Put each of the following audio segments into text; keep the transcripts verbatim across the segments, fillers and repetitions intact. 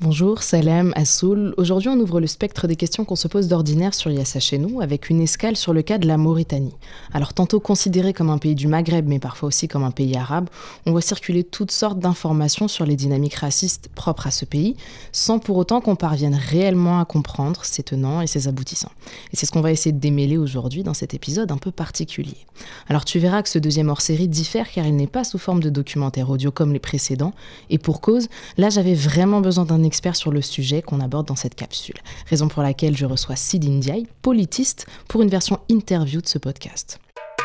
Bonjour, Salem, Assoul. Aujourd'hui, on ouvre le spectre des questions qu'on se pose d'ordinaire sur Yassa chez nous, avec une escale sur le cas de la Mauritanie. Alors, tantôt considéré comme un pays du Maghreb, mais parfois aussi comme un pays arabe, on voit circuler toutes sortes d'informations sur les dynamiques racistes propres à ce pays, sans pour autant qu'on parvienne réellement à comprendre ses tenants et ses aboutissants. Et c'est ce qu'on va essayer de démêler aujourd'hui dans cet épisode un peu particulier. Alors, tu verras que ce deuxième hors-série diffère car il n'est pas sous forme de documentaire audio comme les précédents, et pour cause, là, j'avais vraiment besoin d'un expert sur le sujet qu'on aborde dans cette capsule. Raison pour laquelle je reçois Sidi Ndiaye, politiste, pour une version interview de ce podcast.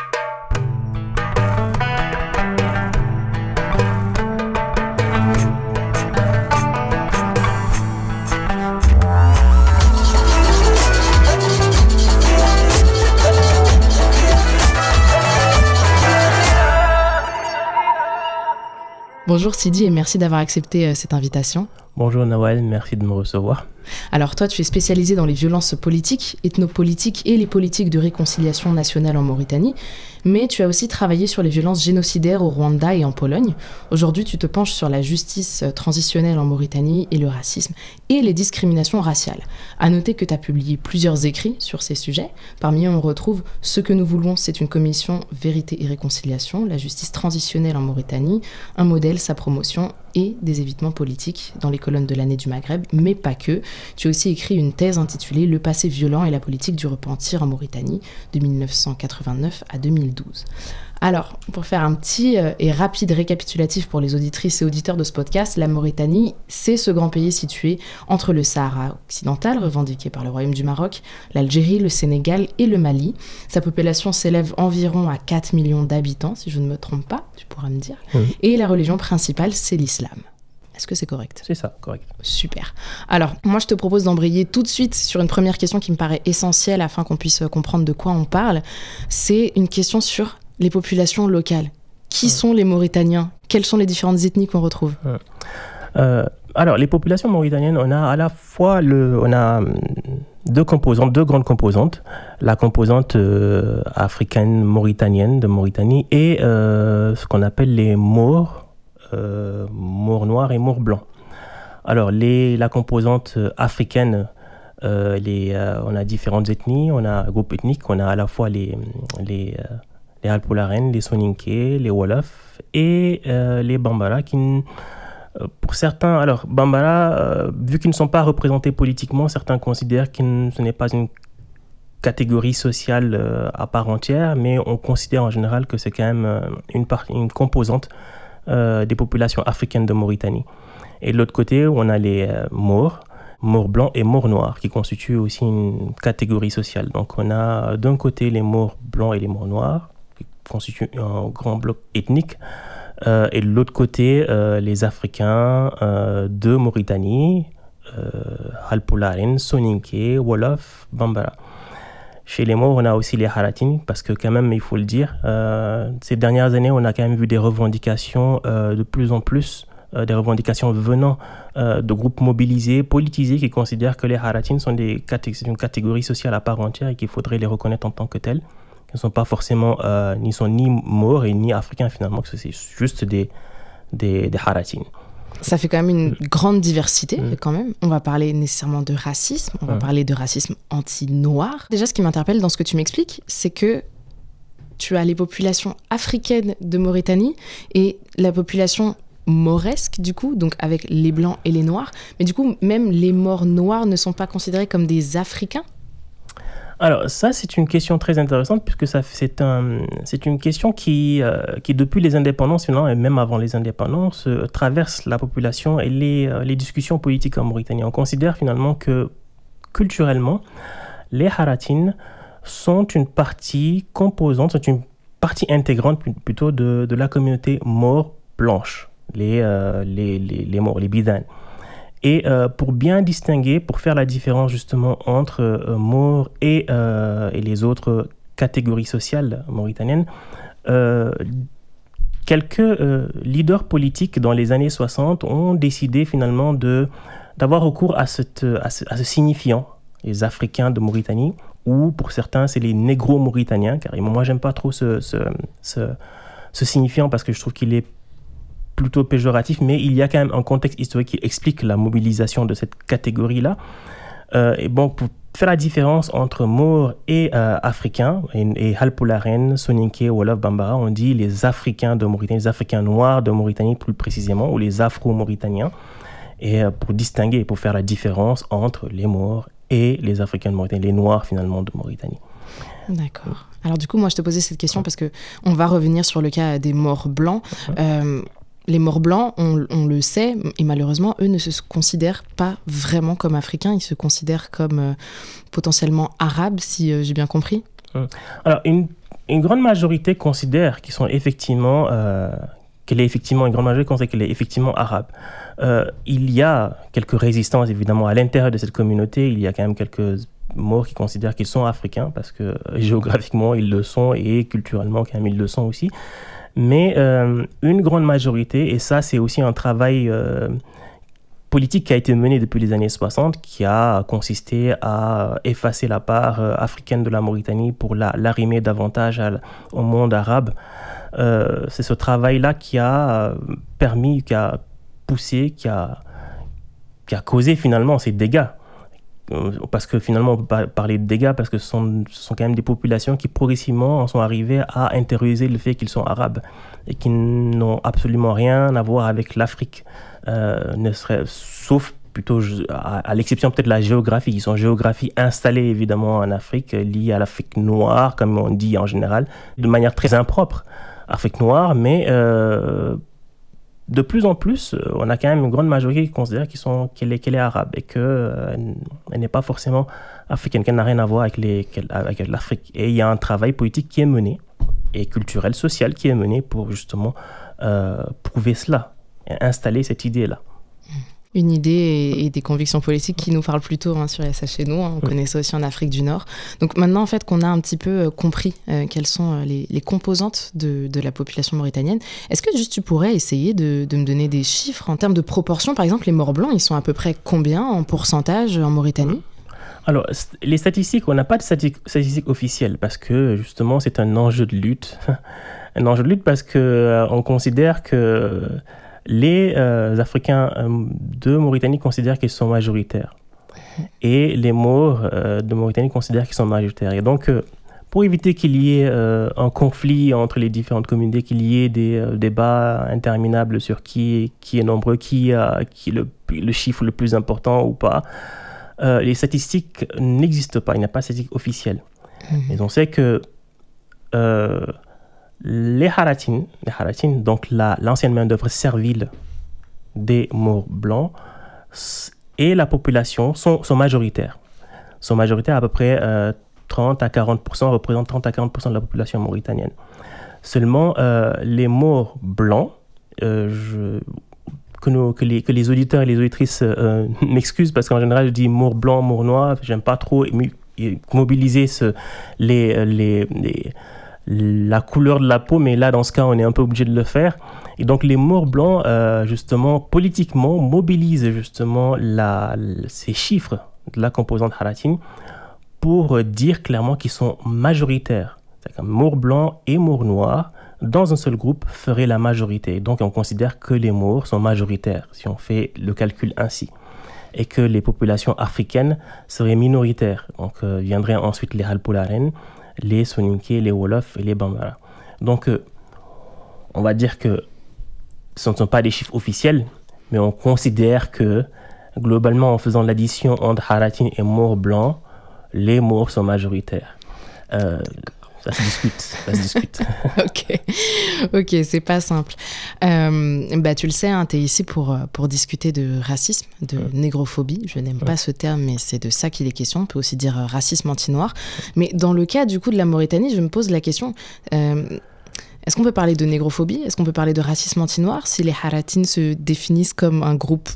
Bonjour Sidi et merci d'avoir accepté cette invitation. Bonjour Nawal, merci de me recevoir. Alors toi, tu es spécialisé dans les violences politiques, ethnopolitiques et les politiques de réconciliation nationale en Mauritanie, mais tu as aussi travaillé sur les violences génocidaires au Rwanda et en Pologne. Aujourd'hui, tu te penches sur la justice transitionnelle en Mauritanie et le racisme et les discriminations raciales. À noter que tu as publié plusieurs écrits sur ces sujets. Parmi eux, on retrouve « Ce que nous voulons, c'est une commission vérité et réconciliation, la justice transitionnelle en Mauritanie, un modèle, sa promotion et des évitements politiques dans les colonnes de l'année du Maghreb, mais pas que ». Tu as aussi écrit une thèse intitulée « Le passé violent et la politique du repentir en Mauritanie, de dix-neuf cent quatre-vingt-neuf à deux mille douze ». Alors, pour faire un petit et rapide récapitulatif pour les auditrices et auditeurs de ce podcast, la Mauritanie, c'est ce grand pays situé entre le Sahara occidental, revendiqué par le Royaume du Maroc, l'Algérie, le Sénégal et le Mali. Sa population s'élève environ à quatre millions d'habitants, si je ne me trompe pas, tu pourras me dire. Oui. Et la religion principale, c'est l'islam. Est-ce que c'est correct ? C'est ça, correct. Super. Alors, moi, je te propose d'embrayer tout de suite sur une première question qui me paraît essentielle afin qu'on puisse comprendre de quoi on parle. C'est une question sur les populations locales. Qui ouais. sont les Mauritaniens ? Quelles sont les différentes ethnies qu'on retrouve ? ouais. euh, Alors, les populations mauritaniennes, on a à la fois le, on a deux composantes, deux grandes composantes. La composante euh, africaine mauritanienne de Mauritanie et euh, ce qu'on appelle les Maures. Euh, Maures noirs et Maures blancs. Alors, les, la composante africaine, euh, les, euh, on a différentes ethnies, on a un groupe ethnique, on a à la fois les, les, euh, les Halpolaren, les Soninké, les Wolofs et euh, les Bambara qui, euh, pour certains, alors Bambara, euh, vu qu'ils ne sont pas représentés politiquement, certains considèrent que ce n'est pas une catégorie sociale euh, à part entière, mais on considère en général que c'est quand même euh, une, part, une composante Euh, des populations africaines de Mauritanie. Et de l'autre côté, on a les euh, Maures, Maures blancs et Maures noirs, qui constituent aussi une catégorie sociale. Donc on a d'un côté les Maures blancs et les Maures noirs, qui constituent un grand bloc ethnique, euh, et de l'autre côté, euh, les Africains euh, de Mauritanie, euh, Halpolaren, Soninké, Wolof, Bambara. Chez les Maures, on a aussi les Haratines, parce que quand même, il faut le dire, euh, ces dernières années, on a quand même vu des revendications euh, de plus en plus, euh, des revendications venant euh, de groupes mobilisés, politisés, qui considèrent que les Haratines sont des catég- une catégorie sociale à part entière et qu'il faudrait les reconnaître en tant que telles. Ils ne sont pas forcément, euh, ni sont ni Maures et ni Africains finalement, que c'est juste des, des, des Haratines. Ça fait quand même une grande diversité, mmh. quand même. On va parler nécessairement de racisme, on va mmh. parler de racisme anti-noir. Déjà, ce qui m'interpelle dans ce que tu m'expliques, c'est que tu as les populations africaines de Mauritanie et la population mauresque, du coup, donc avec les blancs et les noirs. Mais du coup, même les Maures noirs ne sont pas considérés comme des Africains ? Alors ça, c'est une question très intéressante puisque ça, c'est, un, c'est une question qui, euh, qui, depuis les indépendances, finalement, et même avant les indépendances, euh, traverse la population et les, euh, les discussions politiques en Mauritanie. On considère finalement que, culturellement, les Haratines sont une partie composante, sont une partie intégrante plutôt de, de la communauté Maure blanche, les, euh, les, les, les Maures, les Bidanes. Et euh, pour bien distinguer, pour faire la différence justement entre euh, Maures et, euh, et les autres catégories sociales mauritaniennes, euh, quelques euh, leaders politiques dans les années soixante ont décidé finalement de, d'avoir recours à, cette, à, ce, à ce signifiant, les Africains de Mauritanie, ou pour certains c'est les négro-mauritaniens, car moi j'aime pas trop ce, ce, ce, ce signifiant parce que je trouve qu'il est plutôt péjoratif, mais il y a quand même un contexte historique qui explique la mobilisation de cette catégorie-là. Euh, et bon, pour faire la différence entre Maure et euh, Africains, et, et Halpolaren, Soninké, Wolof, Bambara, on dit les Africains de Mauritanie, les Africains noirs de Mauritanie plus précisément, ou les Afro-Mauritaniens, et euh, pour distinguer, pour faire la différence entre les Maures et les Africains de Mauritanie, les Noirs finalement de Mauritanie. D'accord. Alors du coup, moi je te posais cette question parce que on va revenir sur le cas des Maures blancs. Euh, les Maures blancs, on, on le sait, et malheureusement, eux ne se considèrent pas vraiment comme africains, ils se considèrent comme euh, potentiellement arabes, si euh, j'ai bien compris. Alors, une, une grande majorité considère qu'ils sont effectivement, euh, qu'elle est effectivement, une grande majorité considère qu'elle est effectivement arabe. Euh, il y a quelques résistances, évidemment, à l'intérieur de cette communauté, il y a quand même quelques Maures qui considèrent qu'ils sont africains, parce que euh, géographiquement, ils le sont, et culturellement, quand même, ils le sont aussi. Mais euh, une grande majorité, et ça c'est aussi un travail euh, politique qui a été mené depuis les années soixante, qui a consisté à effacer la part euh, africaine de la Mauritanie pour la, l'arrimer davantage à, au monde arabe. Euh, c'est ce travail-là qui a permis, qui a poussé, qui a, qui a causé finalement ces dégâts. Parce que finalement, on peut parler de dégâts parce que ce sont, ce sont quand même des populations qui progressivement en sont arrivées à intérioriser le fait qu'ils sont arabes et qui n'ont absolument rien à voir avec l'Afrique, euh, ne serait, sauf plutôt à, à l'exception peut-être de la géographie. Ils sont géographie installée évidemment en Afrique, liée à l'Afrique noire, comme on dit en général, de manière très impropre, Afrique noire, mais euh, de plus en plus, on a quand même une grande majorité qui considère qu'ils sont, qu'elle, est, qu'elle est arabe et qu'elle euh, n'est pas forcément africaine, qu'elle n'a rien à voir avec, les, avec l'Afrique. Et il y a un travail politique qui est mené, et culturel, social, qui est mené pour justement euh, prouver cela, et installer cette idée-là. Une idée et, et des convictions politiques qui nous parlent plutôt hein, sur S H N O. Hein, on oui. connaît ça aussi en Afrique du Nord. Donc maintenant, en fait, qu'on a un petit peu euh, compris euh, quelles sont euh, les, les composantes de, de la population mauritanienne, est-ce que juste tu pourrais essayer de, de me donner des chiffres en termes de proportion? Par exemple, les Maures blancs, ils sont à peu près combien en pourcentage en Mauritanie? Alors, les statistiques, on n'a pas de statistiques officielles parce que justement, c'est un enjeu de lutte. un enjeu de lutte parce qu'on euh, considère que les euh, Africains euh, de Mauritanie considèrent qu'ils sont majoritaires. Et les Maures euh, de Mauritanie considèrent qu'ils sont majoritaires. Et donc, euh, pour éviter qu'il y ait euh, un conflit entre les différentes communautés, qu'il y ait des euh, débats interminables sur qui, qui est nombreux, qui a qui le, le chiffre le plus important ou pas, euh, les statistiques n'existent pas. Il n'y a pas de statistiques officielles. Mmh. Mais on sait que euh, les Haratines, les Haratines, donc la, l'ancienne main-d'œuvre servile des Maures blancs et la population sont, sont majoritaires. Sont majoritaires à peu près euh, trente à quarante pour cent, représentent trente à quarante pour cent de la population mauritanienne. Seulement, euh, les Maures blancs, euh, je, que, nous, que, les, que les auditeurs et les auditrices euh, m'excusent parce qu'en général, je dis Maures blancs, Maures noirs, j'aime pas trop mobiliser ce, les... les, les la couleur de la peau, mais là, dans ce cas, on est un peu obligé de le faire. Et donc, les Maures blancs, euh, justement, politiquement, mobilisent justement la, ces chiffres de la composante haratine pour dire clairement qu'ils sont majoritaires. C'est-à-dire que Maures blancs et Maures noirs, dans un seul groupe, feraient la majorité. Donc, on considère que les Maures sont majoritaires, si on fait le calcul ainsi. Et que les populations africaines seraient minoritaires. Donc, euh, viendraient ensuite les Halpolaren, les Soninké, les Wolof et les Bambara. Donc, euh, on va dire que ce ne sont pas des chiffres officiels, mais on considère que, globalement, en faisant l'addition entre Haratine et Maures blancs, les Maures sont majoritaires. Euh, ça se discute, ça se discute. ok, ok, c'est pas simple. Euh, bah, tu le sais, hein, tu es ici pour, pour discuter de racisme, de ouais. négrophobie. Je n'aime ouais. pas ce terme, mais c'est de ça qu'il est question. On peut aussi dire racisme anti-noir. Mais dans le cas du coup de la Mauritanie, je me pose la question, euh, est-ce qu'on peut parler de négrophobie? Est-ce qu'on peut parler de racisme anti-noir si les Haratines se définissent comme un groupe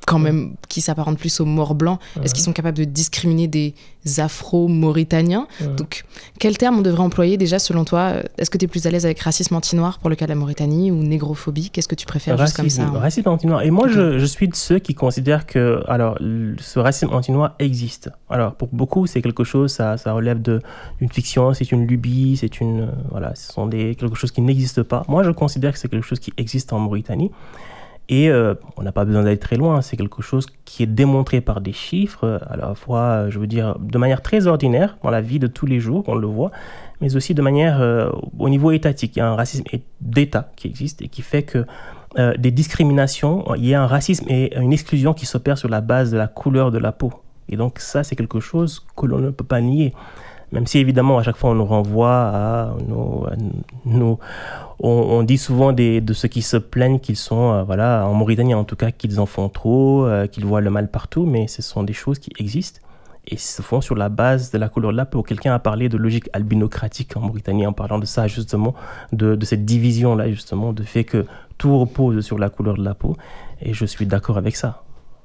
quand même, qui s'apparentent plus aux Maures blancs. Mmh. Est-ce qu'ils sont capables de discriminer des Afro-Mauritaniens? mmh. Donc, quel terme on devrait employer déjà selon toi? Est-ce que tu es plus à l'aise avec racisme anti-noir pour le cas de la Mauritanie ou négrophobie? Qu'est-ce que tu préfères racisme, juste comme ça? Racisme anti-noir. Et moi, okay. je, je suis de ceux qui considèrent que alors, ce racisme anti-noir existe. Alors, pour beaucoup, c'est quelque chose, ça, ça relève de, d'une fiction, c'est une lubie, c'est une, euh, voilà, ce sont des, quelque chose qui n'existe pas. Moi, je considère que c'est quelque chose qui existe en Mauritanie. Et euh, on n'a pas besoin d'aller très loin, c'est quelque chose qui est démontré par des chiffres, à la fois, je veux dire, de manière très ordinaire, dans la vie de tous les jours, on le voit, mais aussi de manière, euh, au niveau étatique. Il y a un racisme d'État qui existe et qui fait que euh, des discriminations, il y a un racisme et une exclusion qui s'opère sur la base de la couleur de la peau. Et donc ça, c'est quelque chose que l'on ne peut pas nier. Même si, évidemment, à chaque fois, on nous renvoie à nos... À nos on, on dit souvent des, de ceux qui se plaignent qu'ils sont, euh, voilà, en Mauritanie, en tout cas, qu'ils en font trop, euh, qu'ils voient le mal partout, mais ce sont des choses qui existent et se font sur la base de la couleur de la peau. Quelqu'un a parlé de logique albinocratique en Mauritanie en parlant de ça, justement, de, de cette division-là, justement, de fait que tout repose sur la couleur de la peau. Et je suis d'accord avec ça.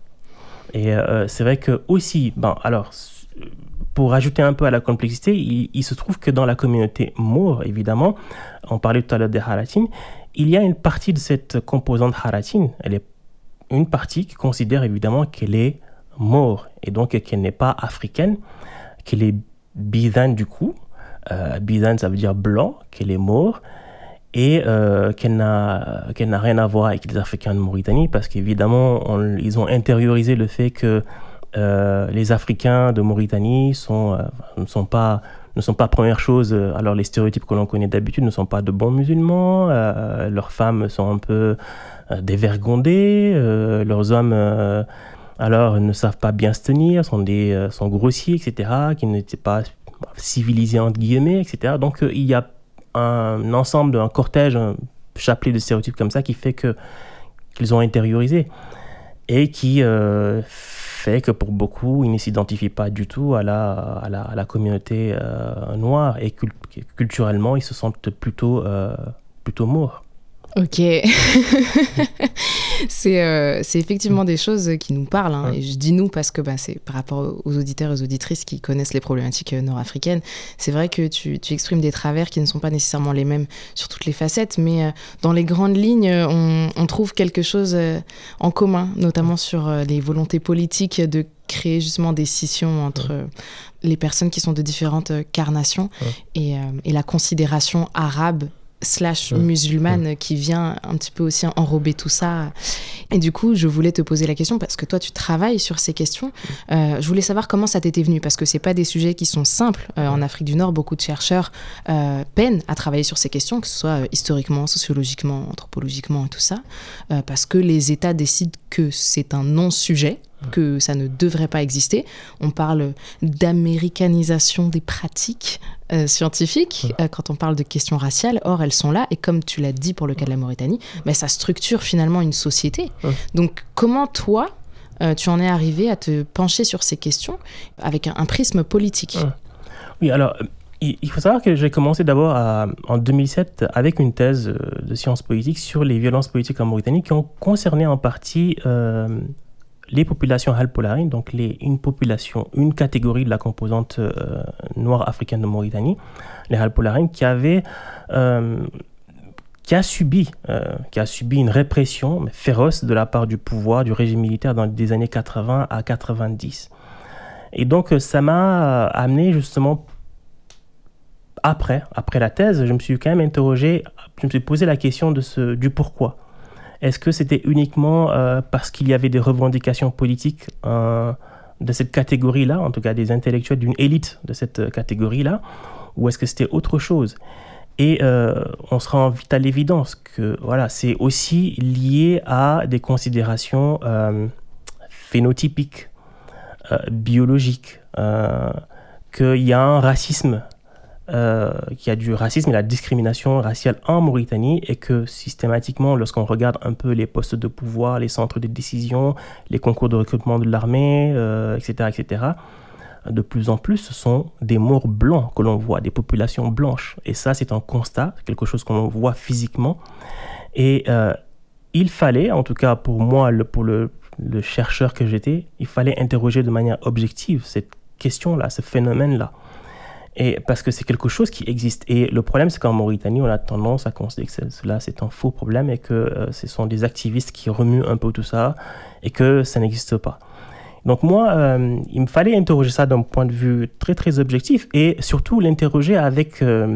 Et euh, c'est vrai que aussi, ben, alors... Pour ajouter un peu à la complexité, il, il se trouve que dans la communauté Maure, évidemment, on parlait tout à l'heure des Haratines, il y a une partie de cette composante Haratine, elle est une partie qui considère évidemment qu'elle est Maure, et donc qu'elle n'est pas africaine, qu'elle est Bidane du coup, euh, Bidane ça veut dire blanc, qu'elle est Maure, et euh, qu'elle n'a, qu'elle n'a rien à voir avec les Africains de Mauritanie, parce qu'évidemment, on, ils ont intériorisé le fait que Euh, les Africains de Mauritanie sont, euh, ne sont pas, ne sont pas première chose. Euh, alors les stéréotypes que l'on connaît d'habitude ne sont pas de bons musulmans. Euh, leurs femmes sont un peu euh, dévergondées. Euh, leurs hommes, euh, alors ne savent pas bien se tenir, sont des, euh, sont grossiers, et cetera. Qui n'étaient pas civilisés entre guillemets, et cetera. Donc euh, il y a un ensemble, un cortège, un chapelet de stéréotypes comme ça qui fait que qu'ils ont intériorisé et qui euh, fait que pour beaucoup, ils ne s'identifient pas du tout à la, à la, à la communauté euh, noire et cult- culturellement, ils se sentent plutôt, euh, plutôt Maures. Ok. c'est, euh, c'est effectivement des choses qui nous parlent. Hein. Ouais. Et je dis nous parce que bah, c'est par rapport aux auditeurs et aux auditrices qui connaissent les problématiques nord-africaines. C'est vrai que tu, tu exprimes des travers qui ne sont pas nécessairement les mêmes sur toutes les facettes, mais euh, dans les grandes lignes, on, on trouve quelque chose euh, en commun, notamment sur euh, les volontés politiques de créer justement des scissions entre ouais. les personnes qui sont de différentes carnations ouais. et, euh, et la considération arabe slash ouais. musulmane ouais. qui vient un petit peu aussi enrober tout ça. Et du coup, je voulais te poser la question, parce que toi, tu travailles sur ces questions. Euh, je voulais savoir comment ça t'était venu, parce que c'est pas des sujets qui sont simples. Euh, en Afrique du Nord, beaucoup de chercheurs euh, peinent à travailler sur ces questions, que ce soit euh, historiquement, sociologiquement, anthropologiquement et tout ça, euh, parce que les États décident que c'est un non-sujet, que ça ne devrait pas exister. On parle d'américanisation des pratiques euh, scientifiques euh, quand on parle de questions raciales. Or, elles sont là. Et comme tu l'as dit pour le cas de la Mauritanie, bah, ça structure finalement une société. Donc, comment toi, euh, tu en es arrivé à te pencher sur ces questions avec un, un prisme politique ? Oui, alors... Il faut savoir que j'ai commencé d'abord à, en deux mille sept avec une thèse de sciences politiques sur les violences politiques en Mauritanie qui ont concerné en partie euh, les populations halpolarines, donc les, une population, une catégorie de la composante euh, noire africaine de Mauritanie, les halpolarines, qui avait, euh, qui a subi, euh, qui a subi une répression féroce de la part du pouvoir, du régime militaire dans les années quatre-vingts à quatre-vingt-dix. Et donc ça m'a amené justement Après, après la thèse, je me suis quand même interrogé, je me suis posé la question de ce, du pourquoi. Est-ce que c'était uniquement euh, parce qu'il y avait des revendications politiques euh, de cette catégorie-là, en tout cas des intellectuels d'une élite de cette catégorie-là, ou est-ce que c'était autre chose ? Et euh, on se rend vite à l'évidence que voilà, c'est aussi lié à des considérations euh, phénotypiques, euh, biologiques, euh, qu'il y a un racisme Euh, qu'il y a du racisme et la discrimination raciale en Mauritanie et que systématiquement, lorsqu'on regarde un peu les postes de pouvoir, les centres de décision, les concours de recrutement de l'armée, euh, et cetera, et cetera, de plus en plus, ce sont des Maures blancs que l'on voit, des populations blanches. Et ça, c'est un constat, quelque chose qu'on voit physiquement. Et euh, il fallait, en tout cas pour moi, le, pour le, le chercheur que j'étais, il fallait interroger de manière objective cette question-là, ce phénomène-là. Et parce que c'est quelque chose qui existe. Et le problème, c'est qu'en Mauritanie, on a tendance à considérer que cela, c'est un faux problème et que euh, ce sont des activistes qui remuent un peu tout ça et que ça n'existe pas. Donc moi, euh, il me fallait interroger ça d'un point de vue très, très objectif et surtout l'interroger avec, euh,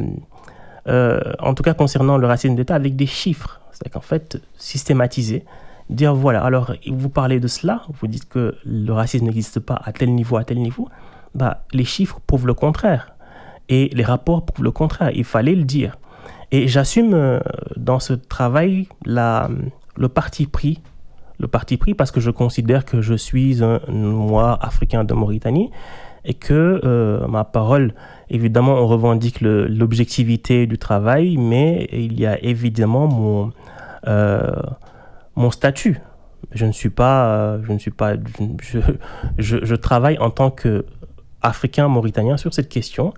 euh, en tout cas concernant le racisme d'État, avec des chiffres. C'est-à-dire qu'en fait, systématiser, dire voilà, alors vous parlez de cela, vous dites que le racisme n'existe pas à tel niveau, à tel niveau, bah, les chiffres prouvent le contraire. Et les rapports prouvent le contraire. Il fallait le dire. Et j'assume euh, dans ce travail la, le parti pris, le parti pris parce que je considère que je suis un noir africain de Mauritanie et que euh, ma parole, évidemment, on revendique le, l'objectivité du travail, mais il y a évidemment mon, euh, mon statut. Je ne suis pas, euh, je ne suis pas, je, je, je travaille en tant qu'Africain mauritanien sur cette question.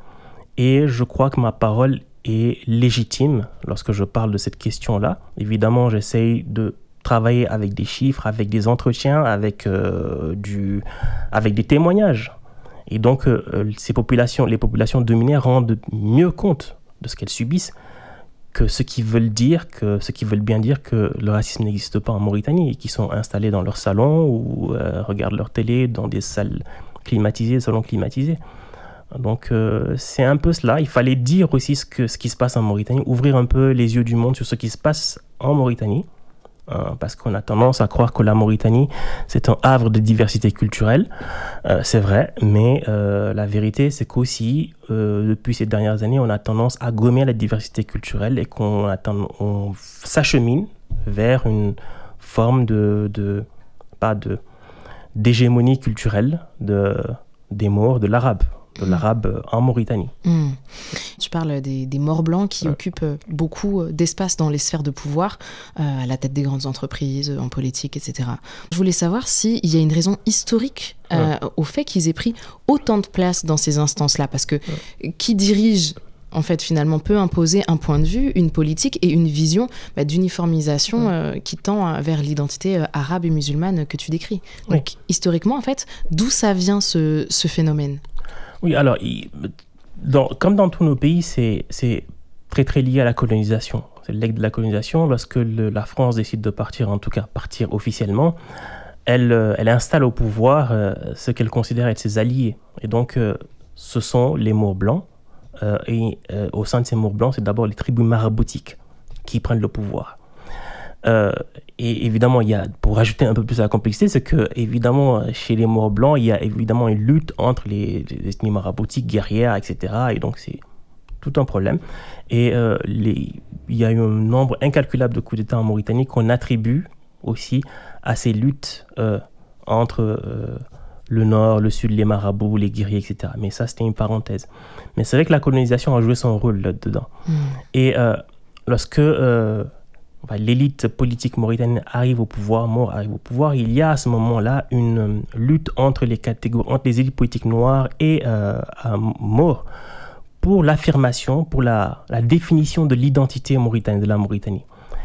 Et je crois que ma parole est légitime lorsque je parle de cette question-là. Évidemment, j'essaye de travailler avec des chiffres, avec des entretiens, avec, euh, du, avec des témoignages. Et donc, euh, ces populations, les populations dominées rendent mieux compte de ce qu'elles subissent que ceux qui veulent dire, que, ceux qui veulent bien dire que le racisme n'existe pas en Mauritanie et qui sont installés dans leur salon ou euh, regardent leur télé dans des salles climatisées, des salons climatisés. Donc euh, c'est un peu cela. Il fallait dire aussi ce, que, ce qui se passe en Mauritanie, ouvrir un peu les yeux du monde sur ce qui se passe en Mauritanie, euh, parce qu'on a tendance à croire que la Mauritanie, c'est un havre de diversité culturelle. Euh, c'est vrai, mais euh, la vérité, c'est qu'aussi, euh, depuis ces dernières années, on a tendance à gommer la diversité culturelle et qu'on attend, on s'achemine vers une forme de, de, pas de, d'hégémonie culturelle de, des Maures, de l'arabe. de l'arabe en Mauritanie. Mmh. Tu parles des, des Maures blancs qui ouais. occupent beaucoup d'espace dans les sphères de pouvoir, euh, à la tête des grandes entreprises, en politique, et cetera. Je voulais savoir s'il y a une raison historique euh, ouais. au fait qu'ils aient pris autant de place dans ces instances-là, parce que ouais. qui dirige en fait, finalement, peut imposer un point de vue, une politique et une vision bah, d'uniformisation ouais. euh, qui tend vers l'identité euh, arabe et musulmane que tu décris. Donc, ouais. historiquement, en fait, d'où ça vient ce, ce phénomène ? Oui, alors, il, dans, comme dans tous nos pays, c'est, c'est très, très lié à la colonisation. C'est le legs de la colonisation. Lorsque le, la France décide de partir, en tout cas partir officiellement, elle, euh, elle installe au pouvoir euh, ce qu'elle considère être ses alliés. Et donc, euh, ce sont les Maures blancs. Euh, et euh, au sein de ces Maures blancs, c'est d'abord les tribus maraboutiques qui prennent le pouvoir. Euh, et évidemment, il y a, pour rajouter un peu plus à la complexité, c'est que évidemment chez les Maures blancs, il y a évidemment une lutte entre les, les ethnies maraboutiques, guerrières, et cetera. Et donc c'est tout un problème. Et euh, les, il y a eu un nombre incalculable de coups d'État en Mauritanie qu'on attribue aussi à ces luttes euh, entre euh, le nord, le sud, les marabouts, les guerriers, et cetera. Mais ça, c'était une parenthèse. Mais c'est vrai que la colonisation a joué son rôle là-dedans. Mmh. Et euh, lorsque euh, enfin, l'élite politique mauritanienne arrive au pouvoir, Maure arrive au pouvoir, il y a à ce moment-là une euh, lutte entre les catégories, entre les élites politiques noires et euh, Maure pour l'affirmation, pour la, la définition de l'identité mauritanienne, de la Mauritanie.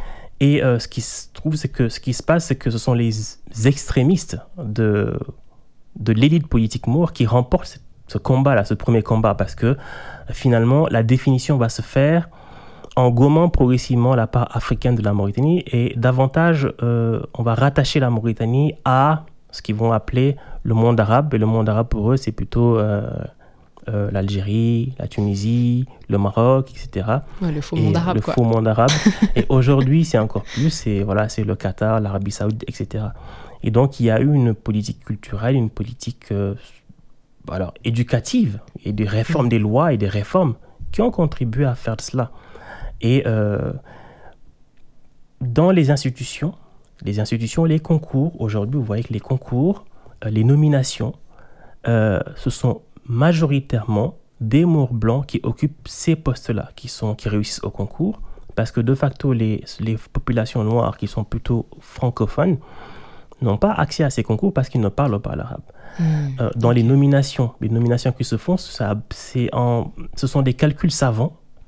Et euh, ce qui se trouve, c'est que ce qui se passe, c'est que ce sont les extrémistes de, de l'élite politique maure qui remportent cette ce combat-là, ce premier combat, parce que finalement, la définition va se faire en gommant progressivement la part africaine de la Mauritanie et davantage, euh, on va rattacher la Mauritanie à ce qu'ils vont appeler le monde arabe. Et le monde arabe, pour eux, c'est plutôt euh, euh, l'Algérie, la Tunisie, le Maroc, et cetera. Ouais, le faux monde arabe, le quoi. faux monde arabe. Et aujourd'hui, c'est encore plus, c'est, voilà, c'est le Qatar, l'Arabie Saoudite, et cetera. Et donc, il y a eu une politique culturelle, une politique... Euh, alors, éducative et des réformes des lois et des réformes qui ont contribué à faire de cela. Et euh, dans les institutions, les institutions, les concours, aujourd'hui, vous voyez que les concours, euh, les nominations, euh, ce sont majoritairement des Maures blancs qui occupent ces postes-là, qui, sont, qui réussissent au concours, parce que de facto, les, les populations noires qui sont plutôt francophones n'ont pas accès à ces concours parce qu'ils ne parlent pas l'arabe. Mmh, euh, dans okay. les nominations, les nominations qui se font, ça, c'est en, ce sont des calculs savants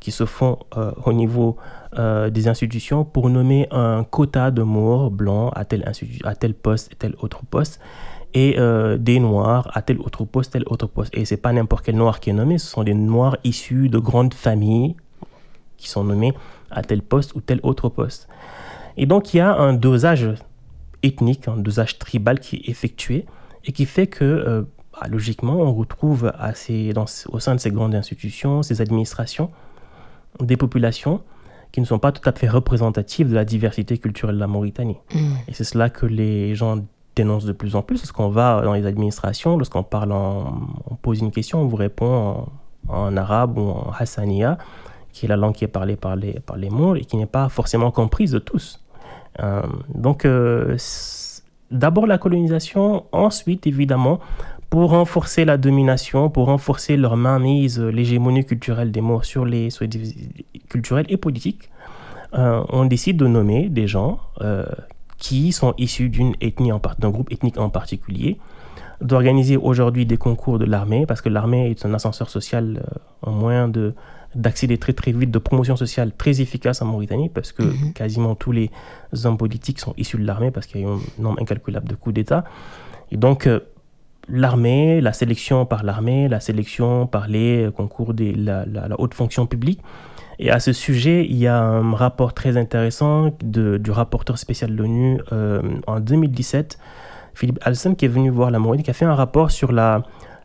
qui se font euh, au niveau euh, des institutions pour nommer un quota de Maures blancs à tel, institut, à tel poste et tel autre poste, et euh, des Noirs à tel autre poste, tel autre poste. Et ce n'est pas n'importe quel Noir qui est nommé, ce sont des Noirs issus de grandes familles qui sont nommés à tel poste ou tel autre poste. Et donc, il y a un dosage ethnique, un dosage tribal qui est effectué et qui fait que, euh, bah, logiquement, on retrouve à ces, dans, au sein de ces grandes institutions, ces administrations, des populations qui ne sont pas tout à fait représentatives de la diversité culturelle de la Mauritanie. Mmh. Et c'est cela que les gens dénoncent de plus en plus. Lorsqu'on va dans les administrations, lorsqu'on parle en, on pose une question, on vous répond en, en arabe ou en hassaniya, qui est la langue qui est parlée par les, par les Maures et qui n'est pas forcément comprise de tous. Euh, donc, euh, d'abord la colonisation, ensuite, évidemment, pour renforcer la domination, pour renforcer leur mainmise, l'hégémonie culturelle des Maures sur les, sur les culturelles et politiques, euh, on décide de nommer des gens euh, qui sont issus d'une ethnie, en part, d'un groupe ethnique en particulier, d'organiser aujourd'hui des concours de l'armée, parce que l'armée est un ascenseur social, euh, un moyen de, d'accéder très très vite, de promotion sociale très efficace en Mauritanie, parce que mmh. quasiment tous les hommes politiques sont issus de l'armée, parce qu'il y a un nombre incalculable de coups d'État. Et donc, euh, l'armée, la sélection par l'armée, la sélection par les concours de la, la, la haute fonction publique. Et à ce sujet, il y a un rapport très intéressant de, du rapporteur spécial de l'ONU euh, en deux mille dix-sept, Philippe Alston, qui est venu voir la Mauritanie, qui a fait un rapport sur la,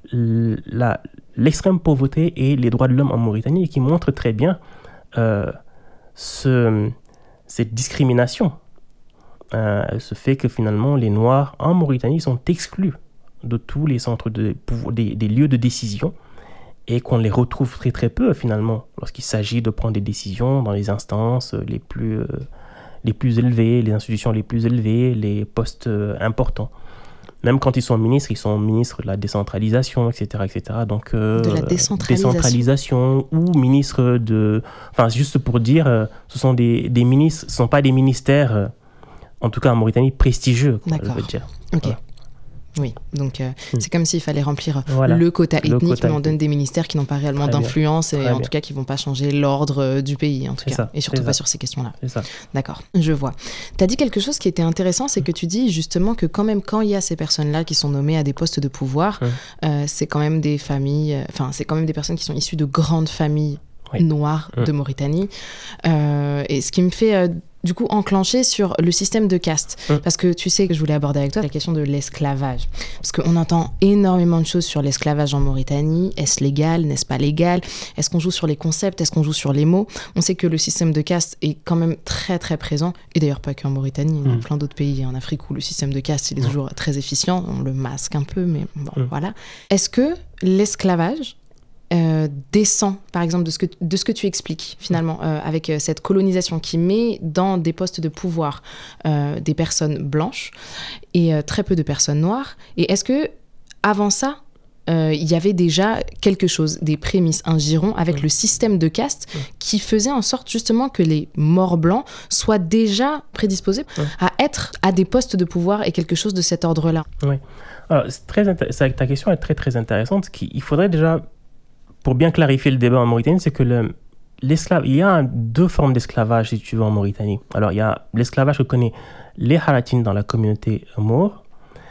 la, l'extrême pauvreté et les droits de l'homme en Mauritanie et qui montre très bien euh, ce, cette discrimination. Euh, ce fait que finalement, les Noirs en Mauritanie sont exclus de tous les centres de des, des lieux de décision et qu'on les retrouve très très peu finalement lorsqu'il s'agit de prendre des décisions dans les instances les plus, euh, les plus élevées, les institutions les plus élevées, les postes euh, importants. Même quand ils sont ministres, ils sont ministres de la décentralisation, et cetera, et cetera. Donc, euh, de la décentralisation. décentralisation ou ministres de... Enfin, juste pour dire, euh, ce sont des, des ministres, ce ne sont pas des ministères, euh, en tout cas en Mauritanie, prestigieux, quoi, je veux dire. Ok. Voilà. Oui, donc euh, mmh. c'est comme s'il fallait remplir voilà. le quota ethnique, le quota mais on ethnique. donne des ministères qui n'ont pas réellement Très d'influence bien. et Très en bien. tout cas qui ne vont pas changer l'ordre euh, du pays, en tout c'est cas, ça. et surtout c'est pas ça. sur ces questions-là. C'est ça. D'accord, je vois. Tu as dit quelque chose qui était intéressant, c'est que tu dis justement que quand même, quand il y a ces personnes-là qui sont nommées à des postes de pouvoir, mmh. euh, c'est quand même des familles, enfin, euh, c'est quand même des personnes qui sont issues de grandes familles oui. noires mmh. de Mauritanie. Euh, et ce qui me fait... Euh, du coup, enclenché sur le système de caste. Mmh. Parce que tu sais que je voulais aborder avec toi la question de l'esclavage. Parce qu'on entend énormément de choses sur l'esclavage en Mauritanie. Est-ce légal? N'est-ce pas légal? Est-ce qu'on joue sur les concepts? Est-ce qu'on joue sur les mots? On sait que le système de caste est quand même très, très présent. Et d'ailleurs, pas qu'en Mauritanie. Mmh. Il y a plein d'autres pays en Afrique où le système de caste il est mmh. toujours très efficient. On le masque un peu, mais bon, mmh. voilà. Est-ce que l'esclavage Euh, descend, par exemple, de ce que, de ce que tu expliques, finalement, euh, avec euh, cette colonisation qui met dans des postes de pouvoir euh, des personnes blanches et euh, très peu de personnes noires. Et est-ce que, avant ça, euh, il y avait déjà quelque chose, des prémices, un giron avec oui. le système de caste oui. qui faisait en sorte, justement, que les morts blancs soient déjà prédisposés oui. à être à des postes de pouvoir et quelque chose de cet ordre-là? Oui. Alors, c'est très intér- ta question est très, très intéressante. Il faudrait déjà... Pour bien clarifier le débat en Mauritanie, c'est que le, l'esclave, il y a deux formes d'esclavage, si tu veux, en Mauritanie. Alors, il y a l'esclavage que connaît les Haratines dans la communauté maure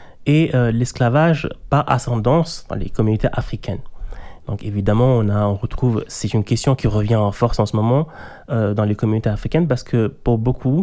et euh, l'esclavage par ascendance dans les communautés africaines. Donc, évidemment, on, a, on retrouve, c'est une question qui revient en force en ce moment euh, dans les communautés africaines parce que pour beaucoup,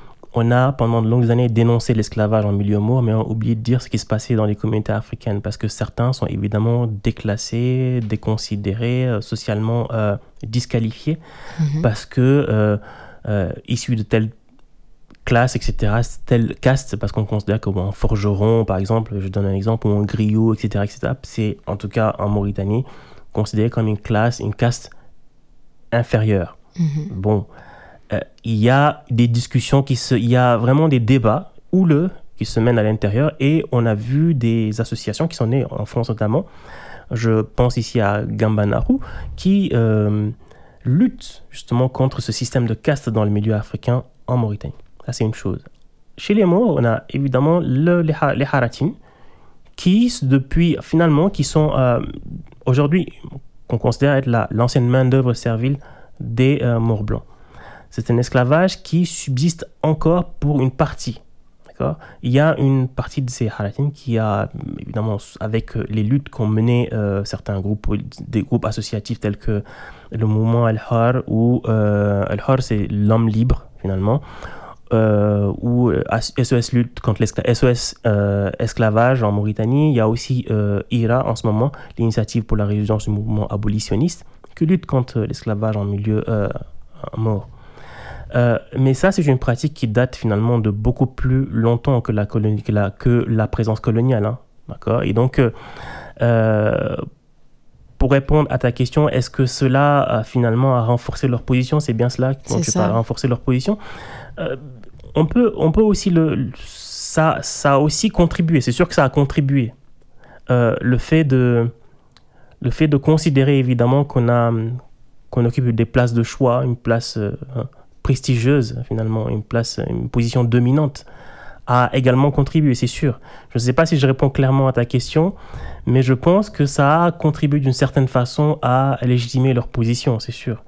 on a pendant de longues années dénoncé l'esclavage en milieu maure, mais on a oublié de dire ce qui se passait dans les communautés africaines parce que certains sont évidemment déclassés, déconsidérés, euh, socialement euh, disqualifiés mmh. parce que euh, euh, issus de telle classe, et cetera, telle caste, parce qu'on considère que bon, un forgeron, par exemple, je donne un exemple, ou un griot, et cetera, et cetera, c'est en tout cas en Mauritanie considéré comme une classe, une caste inférieure. Mmh. Bon. Euh, il y a des discussions, qui se, il y a vraiment des débats houleux qui se mènent à l'intérieur et on a vu des associations qui sont nées en France notamment. Je pense ici à Gambanaru qui euh, luttent justement contre ce système de caste dans le milieu africain en Mauritanie. Ça, c'est une chose. Chez les Maures, on a évidemment le, les, les Haratines qui, depuis, finalement, qui sont euh, aujourd'hui, qu'on considère être la, l'ancienne main-d'œuvre servile des euh, Maures blancs. C'est un esclavage qui subsiste encore pour une partie. D'accord ? Il y a une partie de ces Haratin qui a, évidemment, avec les luttes qu'ont menées euh, certains groupes, des groupes associatifs tels que le mouvement Al-Hur, ou euh, Al-Hur, c'est l'homme libre, finalement, euh, ou S O S lutte contre l'esclavage, S O S euh, esclavage en Mauritanie. Il y a aussi euh, I R A en ce moment, l'initiative pour la résurgence du mouvement abolitionniste, qui lutte contre l'esclavage en milieu euh, mort. Euh, mais ça, c'est une pratique qui date finalement de beaucoup plus longtemps que la, colonie, que la, que la présence coloniale. Hein, d'accord ? Et donc, euh, euh, pour répondre à ta question, est-ce que cela a finalement a renforcé leur position ? C'est bien cela dont tu parles, renforcer leur position. Euh, on peut, on peut aussi le, ça, ça a aussi contribué. C'est sûr que ça a contribué. Euh, le fait de, le fait de considérer évidemment qu'on a, qu'on occupe des places de choix, une place euh, prestigieuse finalement, une place, une position dominante, a également contribué, c'est sûr. Je ne sais pas si je réponds clairement à ta question, mais je pense que ça a contribué d'une certaine façon à légitimer leur position, c'est sûr.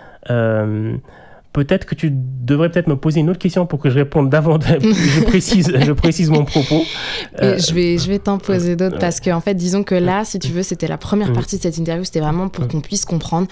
Euh, peut-être que tu devrais peut-être me poser une autre question pour que je réponde davantage. je, précise, je précise mon propos. Euh, je vais, je vais t'en poser d'autres parce que, en fait, disons que là, si tu veux, c'était la première partie de cette interview, c'était vraiment pour qu'on puisse comprendre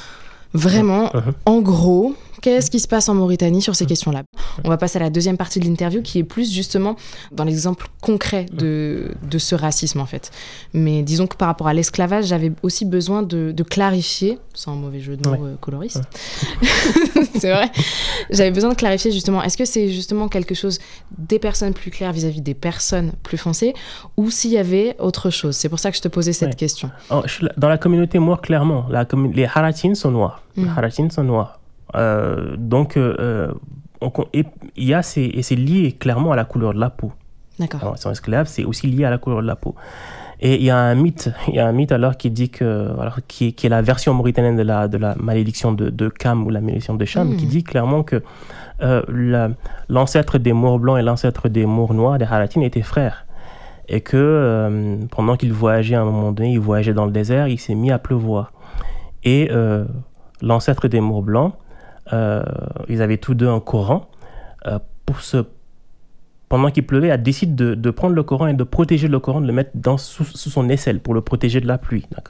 vraiment, en gros, qu'est-ce qui se passe en Mauritanie sur ces questions-là. On va passer à la deuxième partie de l'interview qui est plus justement dans l'exemple concret de, de ce racisme en fait. Mais disons que par rapport à l'esclavage, j'avais aussi besoin de, de clarifier, sans un mauvais jeu de mots ouais. euh, coloriste, ouais. c'est vrai, j'avais besoin de clarifier justement, est-ce que c'est justement quelque chose des personnes plus claires vis-à-vis des personnes plus foncées ou s'il y avait autre chose. C'est pour ça que je te posais cette ouais. question. Oh, dans la communauté noire, clairement, la commun- les Haratin sont noirs. Mm. Les Haratin sont noirs. Euh, donc, euh, il y a ces, et c'est lié clairement à la couleur de la peau. D'accord. Alors, ils sont esclaves, c'est aussi lié à la couleur de la peau. Et il y a un mythe, il y a un mythe alors qui dit que, alors, qui, est, qui est la version mauritanienne de la, de la malédiction de, de Kham ou la malédiction de Cham, mmh. qui dit clairement que euh, la, l'ancêtre des Maures blancs et l'ancêtre des Maures noirs, des Haratin, étaient frères. Et que euh, pendant qu'il voyageait à un moment donné, il voyageait dans le désert, il s'est mis à pleuvoir. Et euh, l'ancêtre des Maures blancs, Euh, ils avaient tous deux un Coran. Euh, pour se, pendant qu'il pleuvait, a décidé de, de prendre le Coran et de protéger le Coran, de le mettre dans, sous, sous son aisselle pour le protéger de la pluie. D'accord ?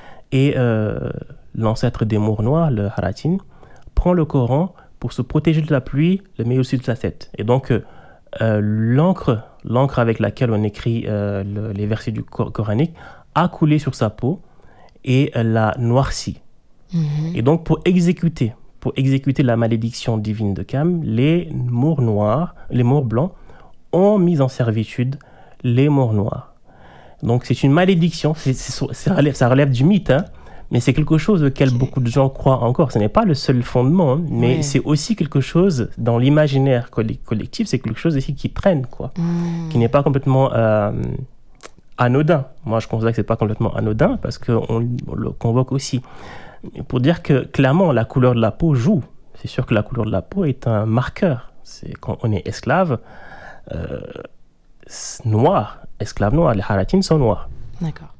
Et euh, l'ancêtre des Maures noirs, le Haratin, prend le Coran pour se protéger de la pluie, le met au-dessus de sa tête. Et donc, euh, l'encre, l'encre avec laquelle on écrit euh, le, les versets du cor- coranique a coulé sur sa peau et euh, l'a noirci. Mm-hmm. Et donc, pour exécuter Pour exécuter la malédiction divine de Kham, les Maures noirs, les Maures blancs, ont mis en servitude les Maures noirs. Donc c'est une malédiction, c'est, c'est, ça, relève, ça relève du mythe, hein, mais c'est quelque chose auquel okay. beaucoup de gens croient encore. Ce n'est pas le seul fondement, hein, mais ouais. c'est aussi quelque chose, dans l'imaginaire collectif, c'est quelque chose aussi qui traîne, quoi, mm. qui n'est pas complètement euh, anodin. Moi, je considère que ce n'est pas complètement anodin, parce qu'on on le convoque aussi. Pour dire que, clairement, la couleur de la peau joue. C'est sûr que la couleur de la peau est un marqueur. C'est quand on est esclave, euh, noir, esclave noir, les Haratin sont noirs. D'accord.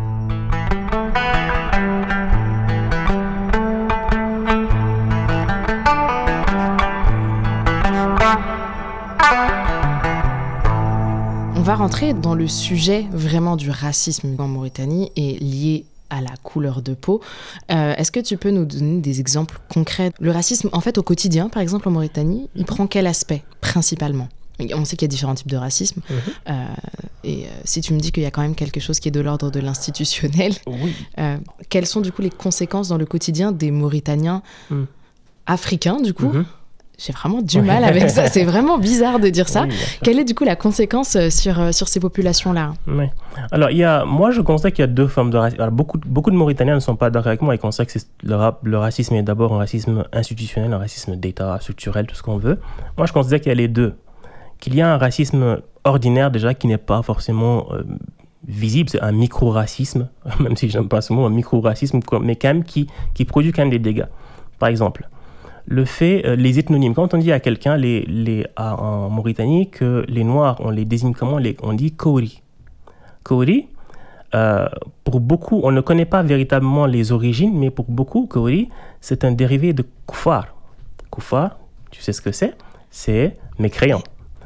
On va rentrer dans le sujet vraiment du racisme en Mauritanie et lié à la couleur de peau. Euh, est-ce que tu peux nous donner des exemples concrets ? Le racisme, en fait, au quotidien, par exemple, en Mauritanie, il prend quel aspect, principalement ? On sait qu'il y a différents types de racisme. Mmh. Euh, et euh, si tu me dis qu'il y a quand même quelque chose qui est de l'ordre de l'institutionnel, oui. euh, quelles sont, du coup, les conséquences dans le quotidien des Mauritaniens mmh. africains, du coup ? Mmh. J'ai vraiment du mal avec ça. C'est vraiment bizarre de dire ça. Oui, quelle est du coup la conséquence sur, sur ces populations-là ? Oui. Alors, il y a, moi, je constate qu'il y a deux formes de racisme. Alors, beaucoup, beaucoup de Mauritaniens ne sont pas d'accord avec moi. Ils constatent que c'est le, le racisme est d'abord un racisme institutionnel, un racisme d'État, structurel, tout ce qu'on veut. Moi, je considère qu'il y a les deux. Qu'il y a un racisme ordinaire, déjà, qui n'est pas forcément euh, visible. C'est un micro-racisme, même si je n'aime pas ce mot, un micro-racisme, mais quand même qui, qui produit quand même des dégâts. Par exemple, le fait, euh, les ethnonymes. Quand on dit à quelqu'un les, les, à, en Mauritanie que les Noirs, on les désigne comment les, on dit Kouri. Kouri, Euh, pour beaucoup, on ne connaît pas véritablement les origines, mais pour beaucoup, Kauri, c'est un dérivé de Kufar. Kufar, tu sais ce que c'est? C'est mécréant.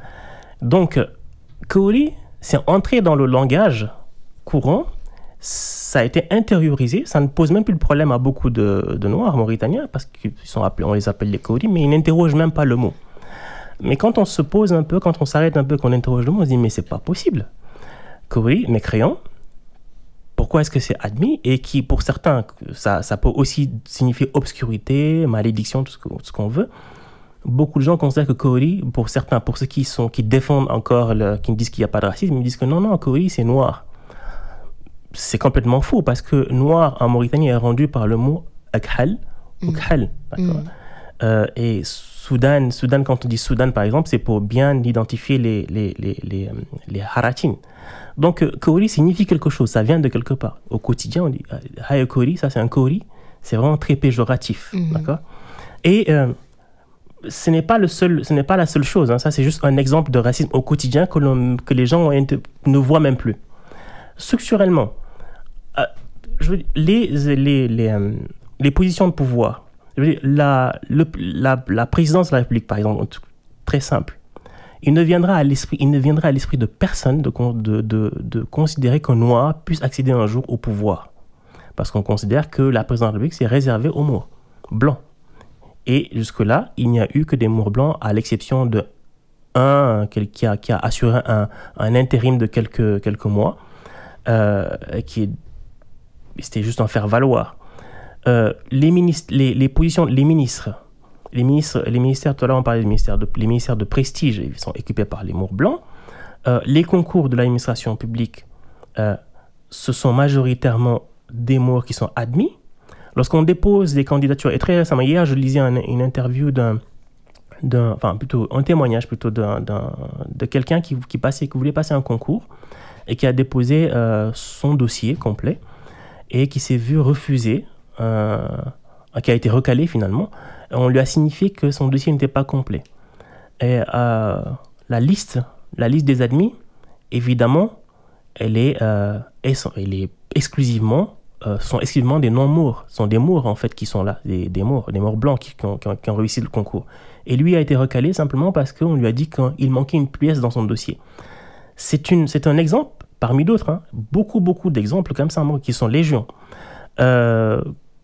Donc, Kauri, c'est entré dans le langage courant, ça a été intériorisé, ça ne pose même plus de problème à beaucoup de, de Noirs mauritaniens, parce qu'on les appelle les Kauri, mais ils n'interrogent même pas le mot. Mais quand on se pose un peu, quand on s'arrête un peu, qu'on interroge le mot, on se dit, mais c'est pas possible. Kauri, mécréant, pourquoi est-ce que c'est admis? Et qui, pour certains, ça, ça peut aussi signifier obscurité, malédiction, tout ce, que, tout ce qu'on veut. Beaucoup de gens considèrent que Kauri, pour certains, pour ceux qui, sont, qui défendent encore, le, qui disent qu'il n'y a pas de racisme, ils disent que non, non, Kauri, c'est noir. C'est complètement faux, parce que noir en Mauritanie est rendu par le mot akhal, ou khal, d'accord. Mm. Euh, et Soudan, Soudan, quand on dit Soudan, par exemple, c'est pour bien identifier les, les, les, les, les haratines. Donc, Kauri signifie quelque chose, ça vient de quelque part. Au quotidien, on dit Haye Kauri, ça c'est un Kauri, c'est vraiment très péjoratif, mm-hmm. d'accord. Et euh, ce n'est pas le seul, ce n'est pas la seule chose, hein, ça c'est juste un exemple de racisme au quotidien que, l'on, que les gens ne voient même plus. Structurellement, euh, je veux dire, les, les, les, euh, les positions de pouvoir, je veux dire, la, le, la, la présidence de la République, par exemple, très simple, il ne viendra à l'esprit, il ne viendra à l'esprit de personne de, de, de, de considérer qu'un noir puisse accéder un jour au pouvoir. Parce qu'on considère que la présidence de la République, c'est réservé aux Moors blancs. Et jusque-là, il n'y a eu que des Moors blancs, à l'exception de un qui a, qui a assuré un, un intérim de quelques, quelques mois, euh, qui est, c'était juste en faire valoir. Euh, les, ministres, les, les positions, les ministres, les ministres, les ministères, tout à l'heure on parlait des ministères de, les ministères de prestige, ils sont occupés par les Moors blancs. Euh, les concours de l'administration publique, euh, ce sont majoritairement des Moors qui sont admis. Lorsqu'on dépose des candidatures, et très récemment, hier, je lisais un, une interview d'un, d'un, enfin plutôt un témoignage plutôt d'un, d'un, de quelqu'un qui, qui, passait, qui voulait passer un concours et qui a déposé euh, son dossier complet et qui s'est vu refuser, euh, qui a été recalé finalement. On lui a signifié que son dossier n'était pas complet. Et euh, la liste, la liste des admis, évidemment, elle est, euh, elle est exclusivement Euh, sont exclusivement des non-Moors, sont des Moors en fait qui sont là, des, des Moors, des Moors blancs qui, qui, ont, qui, ont, qui ont réussi le concours. Et lui a été recalé simplement parce qu'on lui a dit qu'il manquait une pièce dans son dossier. C'est, une, c'est un exemple parmi d'autres, hein. beaucoup beaucoup d'exemples comme ça qui sont légion. Euh,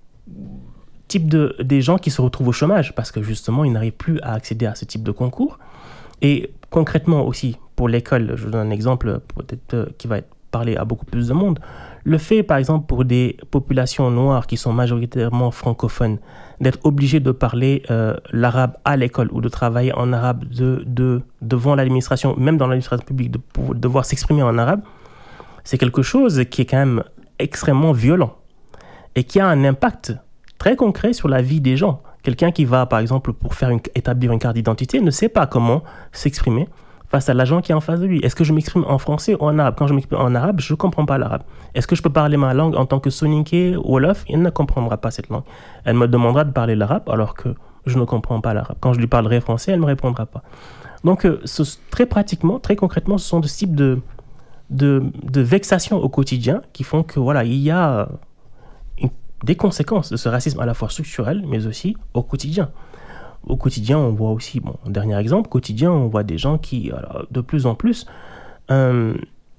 type de des gens qui se retrouvent au chômage parce que justement ils n'arrivent plus à accéder à ce type de concours. Et concrètement aussi pour l'école, je vous donne un exemple peut-être euh, qui va être parlé à beaucoup plus de monde. Le fait, par exemple, pour des populations noires qui sont majoritairement francophones, d'être obligés de parler euh, l'arabe à l'école ou de travailler en arabe de, de, devant l'administration, même dans l'administration publique, de pour, devoir s'exprimer en arabe, c'est quelque chose qui est quand même extrêmement violent et qui a un impact très concret sur la vie des gens. Quelqu'un qui va, par exemple, pour faire une, établir une carte d'identité, ne sait pas comment s'exprimer face à l'agent qui est en face de lui. Est-ce que je m'exprime en français ou en arabe? Quand je m'exprime en arabe, je ne comprends pas l'arabe. Est-ce que je peux parler ma langue en tant que Soninké ou Wolof? Il ne comprendra pas cette langue. Elle me demandera de parler l'arabe alors que je ne comprends pas l'arabe. Quand je lui parlerai français, elle ne me répondra pas. Donc, euh, ce, très pratiquement, très concrètement, ce sont des types de, de, de vexations au quotidien qui font que, voilà, il y a une, des conséquences de ce racisme à la fois structurel, mais aussi au quotidien. Au quotidien, on voit aussi, bon, un dernier exemple, au quotidien, on voit des gens qui, alors, de plus en plus, euh,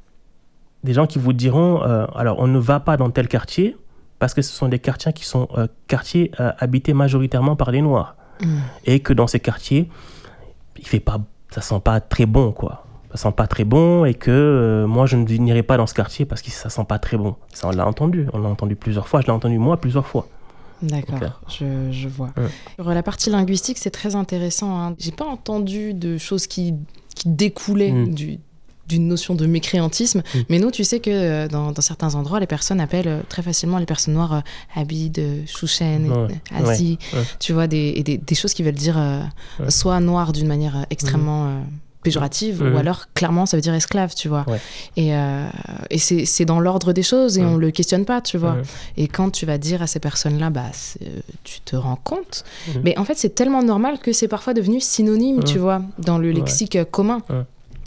des gens qui vous diront, euh, alors, on ne va pas dans tel quartier parce que ce sont des quartiers qui sont euh, quartiers euh, habités majoritairement par des Noirs. Mmh. Et que dans ces quartiers, il fait pas, ça sent pas très bon, quoi. Ça sent pas très bon et que euh, moi, je n'irai pas dans ce quartier parce que ça sent pas très bon. Ça, on l'a entendu. On l'a entendu plusieurs fois. Je l'ai entendu, moi, plusieurs fois. D'accord, okay. je, je vois. Ouais. Sur la partie linguistique, c'est très intéressant. Hein. J'ai pas entendu de choses qui, qui découlaient mm. du, d'une notion de mécréantisme, mm. mais nous, tu sais que dans, dans certains endroits, les personnes appellent très facilement les personnes noires euh, Abid, Chouchen, ouais. Asie, ouais. Ouais. Tu vois, des, des, des choses qui veulent dire euh, ouais. soit noir d'une manière extrêmement... Mm. Euh, péjorative, mmh. ou alors clairement ça veut dire esclave, tu vois. Ouais. Et, euh, et c'est, c'est dans l'ordre des choses et mmh. on le questionne pas, tu vois. Mmh. Et quand tu vas dire à ces personnes-là, bah, tu te rends compte. Mmh. Mais en fait, c'est tellement normal que c'est parfois devenu synonyme, mmh. tu vois, dans le lexique ouais. commun. Mmh.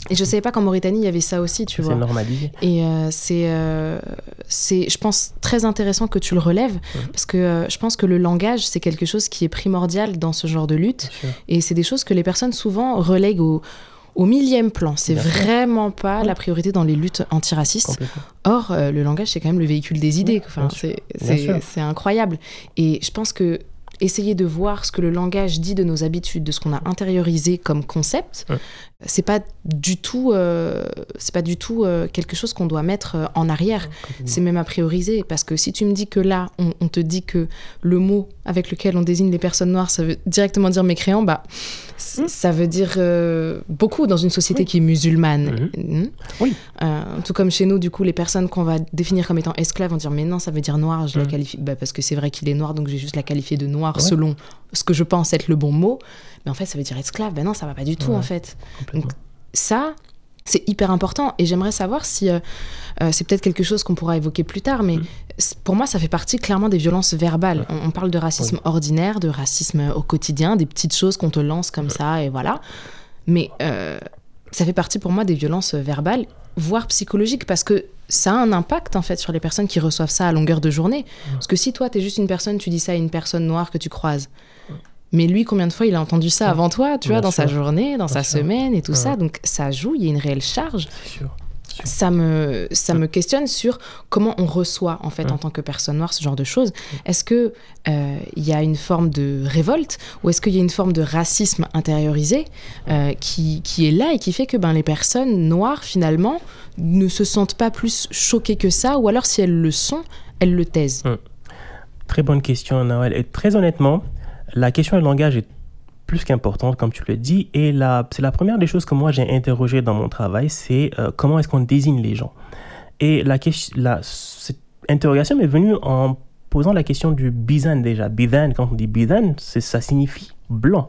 Et je ne savais pas qu'en Mauritanie, il y avait ça aussi, tu c'est vois. C'est normalisé. Et euh, c'est, euh, c'est, je pense, très intéressant que tu le relèves, mmh. parce que euh, je pense que le langage, c'est quelque chose qui est primordial dans ce genre de lutte. Et c'est des choses que les personnes, souvent, relèguent au, au millième plan. C'est Bien vraiment sûr. pas ouais. la priorité dans les luttes antiracistes. Or, euh, le langage, c'est quand même le véhicule des idées. Enfin, c'est, c'est, c'est incroyable. Et je pense que essayer de voir ce que le langage dit de nos habitudes, de ce qu'on a intériorisé comme concept, ouais. c'est pas du tout, euh, c'est pas du tout euh, quelque chose qu'on doit mettre euh, en arrière. Ouais, c'est même à prioriser, parce que si tu me dis que là, on, on te dit que le mot avec lequel on désigne les personnes noires, ça veut directement dire mécréant, bah, mmh. ça veut dire euh, beaucoup dans une société oui. qui est musulmane. Mmh. Mmh. Oui. Euh, tout comme chez nous, du coup, les personnes qu'on va définir comme étant esclaves vont dire mais non, ça veut dire noir, je mmh. la qualifie, bah, parce que c'est vrai qu'il est noir, donc je vais juste la qualifier de noir. Ouais. Selon ce que je pense être le bon mot, mais en fait ça veut dire esclave. Ben non, ça va pas du tout ouais, en fait. Donc ça, c'est hyper important, et j'aimerais savoir si euh, euh, c'est peut-être quelque chose qu'on pourra évoquer plus tard, mais mmh. pour moi ça fait partie clairement des violences verbales. Ouais. On, on parle de racisme ouais. ordinaire, de racisme au quotidien, des petites choses qu'on te lance comme ouais. ça et voilà. Mais euh, ça fait partie pour moi des violences verbales, voire psychologiques, parce que ça a un impact en fait sur les personnes qui reçoivent ça à longueur de journée. Mmh. Parce que si toi t'es juste une personne, tu dis ça à une personne noire que tu croises, mmh. mais lui combien de fois il a entendu ça mmh. avant toi, tu Bien vois, dans sûr. sa journée, dans Bien sa sûr. semaine et tout mmh. ça, donc ça joue, il y a une réelle charge. C'est sûr. Ça me, ça mmh. me questionne sur comment on reçoit en fait mmh. en tant que personne noire ce genre de choses. Mmh. Est-ce qu'il euh, y a une forme de révolte, ou est-ce qu'il y a une forme de racisme intériorisé euh, qui, qui est là et qui fait que ben, les personnes noires finalement ne se sentent pas plus choquées que ça, ou alors si elles le sont, elles le taisent? mmh. Très bonne question, Noël. Et très honnêtement, la question du langage est plus qu'importante, comme tu le dis, et la, c'est la première des choses que moi j'ai interrogées dans mon travail, c'est euh, comment est-ce qu'on désigne les gens. Et la, la, cette interrogation m'est venue en posant la question du bidan déjà. Bidan, quand on dit bidan, c'est, ça signifie blanc.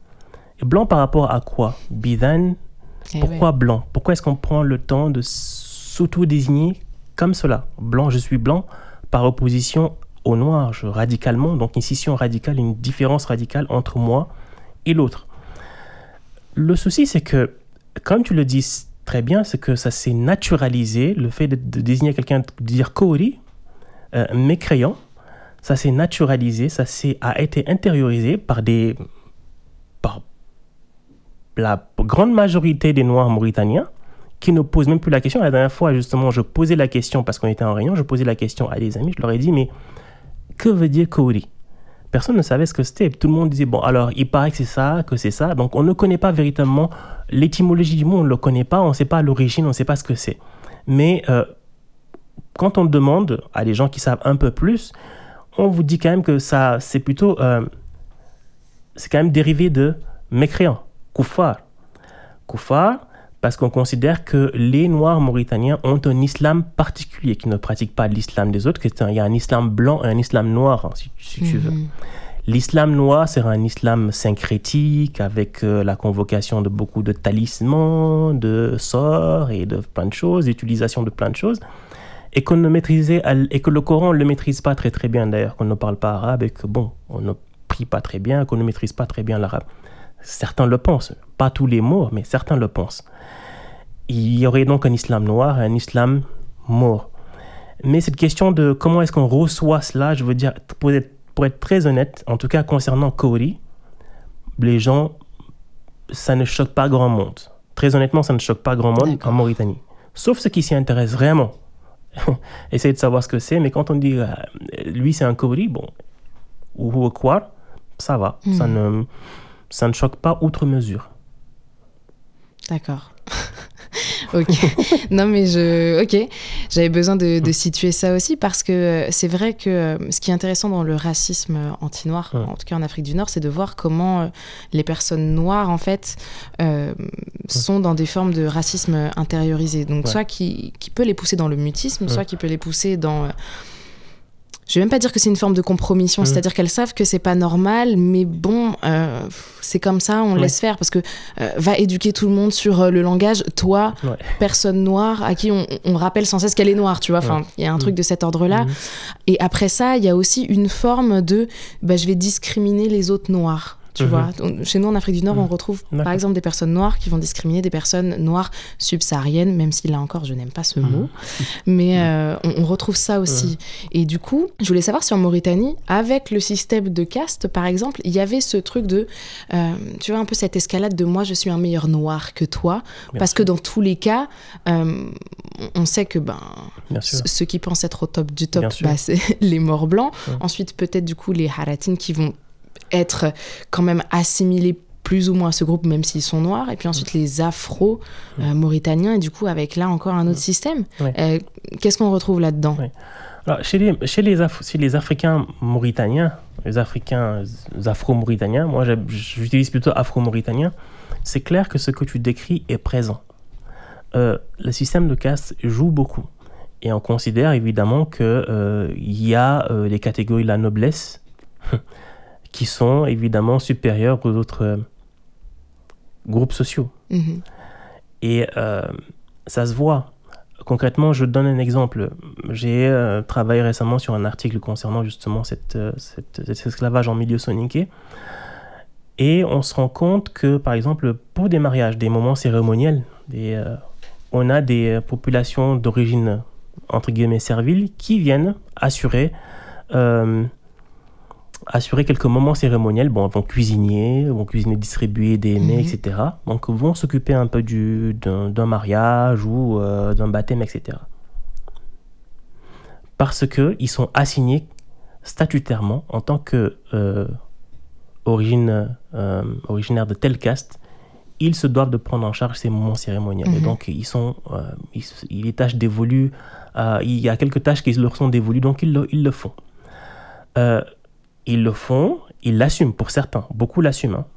Et blanc par rapport à quoi? Bidan, eh pourquoi oui. blanc? Pourquoi est-ce qu'on prend le temps de s'auto-désigner comme cela? Blanc, je suis blanc, par opposition au noir, je, radicalement, donc une scission radicale, une différence radicale entre moi et l'autre. Le souci, c'est que, comme tu le dis très bien, c'est que ça s'est naturalisé, le fait de, de désigner quelqu'un, de dire Kauri, euh, mécréant, ça s'est naturalisé, ça s'est, a été intériorisé par des, par la grande majorité des Noirs mauritaniens, qui ne posent même plus la question. La dernière fois, justement, je posais la question, parce qu'on était en réunion, je posais la question à des amis, je leur ai dit, mais que veut dire Kauri? Personne ne savait ce que c'était. Tout le monde disait, bon, alors, il paraît que c'est ça, que c'est ça. Donc, on ne connaît pas véritablement l'étymologie du mot, on ne le connaît pas, on ne sait pas l'origine, on ne sait pas ce que c'est. Mais euh, quand on demande à des gens qui savent un peu plus, on vous dit quand même que ça, c'est plutôt, euh, c'est quand même dérivé de mécréant, koufar. Koufar, parce qu'on considère que les Noirs mauritaniens ont un islam particulier, qui ne pratique pas l'islam des autres. Il y a un islam blanc et un islam noir, si, si mm-hmm. tu veux. L'islam noir, c'est un islam syncrétique, avec euh, la convocation de beaucoup de talismans, de sorts et de plein de choses, d'utilisation de plein de choses, et, qu'on ne maîtrisait, et que le Coran ne le maîtrise pas très très bien d'ailleurs, qu'on ne parle pas arabe et que bon, on ne prie pas très bien, qu'on ne maîtrise pas très bien l'arabe. Certains le pensent, pas tous les mots, mais certains le pensent. Il y aurait donc un islam noir et un islam mort. Mais cette question de comment est-ce qu'on reçoit cela, je veux dire, pour être, pour être très honnête, en tout cas concernant Kauri, les gens, ça ne choque pas grand monde. Très honnêtement, ça ne choque pas grand monde D'accord. en Mauritanie. Sauf ceux qui s'y intéressent vraiment. Essayez de savoir ce que c'est, mais quand on dit euh, lui c'est un Kauri, bon, ou quoi, ça va. Mmh. Ça ne... Ça ne choque pas outre mesure. D'accord. Ok. Non, mais je... Ok. J'avais besoin de, de situer ça aussi, parce que c'est vrai que ce qui est intéressant dans le racisme anti-noir, mmh. en tout cas en Afrique du Nord, c'est de voir comment les personnes noires, en fait, euh, mmh. sont dans des formes de racisme intériorisé. Donc, ouais. soit qui, qui peut les pousser dans le mutisme, mmh. soit qui peut les pousser dans... Je vais même pas dire que c'est une forme de compromission, mmh. c'est-à-dire qu'elles savent que c'est pas normal, mais bon, euh, c'est comme ça, on ouais. laisse faire, parce que euh, va éduquer tout le monde sur euh, le langage, toi, ouais. personne noire, à qui on, on rappelle sans cesse qu'elle est noire, tu vois, enfin, il ouais. y a un mmh. truc de cet ordre-là. Mmh. Et après ça, il y a aussi une forme de, bah, je vais discriminer les autres noirs. tu mmh. vois. Chez nous, en Afrique du Nord, mmh. on retrouve D'accord. par exemple des personnes noires qui vont discriminer des personnes noires subsahariennes, même si là encore, je n'aime pas ce mmh. mot. Mais euh, on, on retrouve ça aussi. Mmh. Et du coup, je voulais savoir si en Mauritanie, avec le système de caste, par exemple, il y avait ce truc de, euh, tu vois, un peu cette escalade de moi, je suis un meilleur noir que toi. Bien parce sûr. Que dans tous les cas, euh, on sait que ben, c- ceux qui pensent être au top du top, bah, c'est les morts blancs. Mmh. Ensuite, peut-être du coup, les Haratines qui vont être quand même assimilés plus ou moins à ce groupe, même s'ils sont noirs. Et puis ensuite, mmh. les Afro-Mauritaniens. Euh, et du coup, avec là encore un autre mmh. système. Oui. Euh, qu'est-ce qu'on retrouve là-dedans ? Oui. Alors, chez les, chez, les Af- chez les Africains mauritaniens, les Africains Afro-Mauritaniens, moi j'utilise plutôt Afro-Mauritaniens, c'est clair que ce que tu décris est présent. Euh, le système de caste joue beaucoup. Et on considère évidemment qu'il euh, y a euh, les catégories de la noblesse qui sont évidemment supérieures aux autres euh, groupes sociaux. Mmh. Et euh, ça se voit. Concrètement, je donne un exemple. J'ai euh, travaillé récemment sur un article concernant justement cette, euh, cette, cet esclavage en milieu soninké. Et on se rend compte que, par exemple, pour des mariages, des moments cérémoniels, des, euh, on a des populations d'origine, entre guillemets, servile, qui viennent assurer, euh, assurer quelques moments cérémoniels. Bon, vont cuisiner, vont cuisiner, distribuer des mets, mmh. et cetera. Donc, vont s'occuper un peu du, d'un, d'un mariage ou euh, d'un baptême, et cetera. Parce qu'ils sont assignés statutairement en tant que euh, origine, euh, originaire de telle caste, ils se doivent de prendre en charge ces moments cérémoniels. Mmh. Et donc, ils sont, euh, ils, ils, les tâches dévolues, euh, il y a quelques tâches qui leur sont dévolues, donc ils le, ils le font. Euh, ils le font, ils l'assument pour certains, beaucoup l'assument. Hein.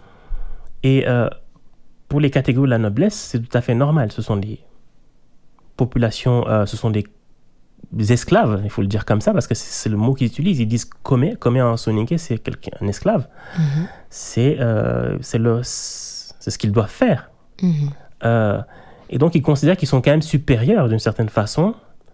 Et euh, pour les catégories de la noblesse, c'est tout à fait normal. Ce sont des populations, euh, ce sont des, des esclaves, il faut le dire comme ça, parce que c'est, c'est le mot qu'ils utilisent. Ils disent comé, comé en soninké, c'est quelqu'un, un esclave. Mmh. C'est, euh, c'est, le, c'est ce qu'ils doivent faire. Mmh. Euh, et donc, ils considèrent qu'ils sont quand même supérieurs, d'une certaine façon,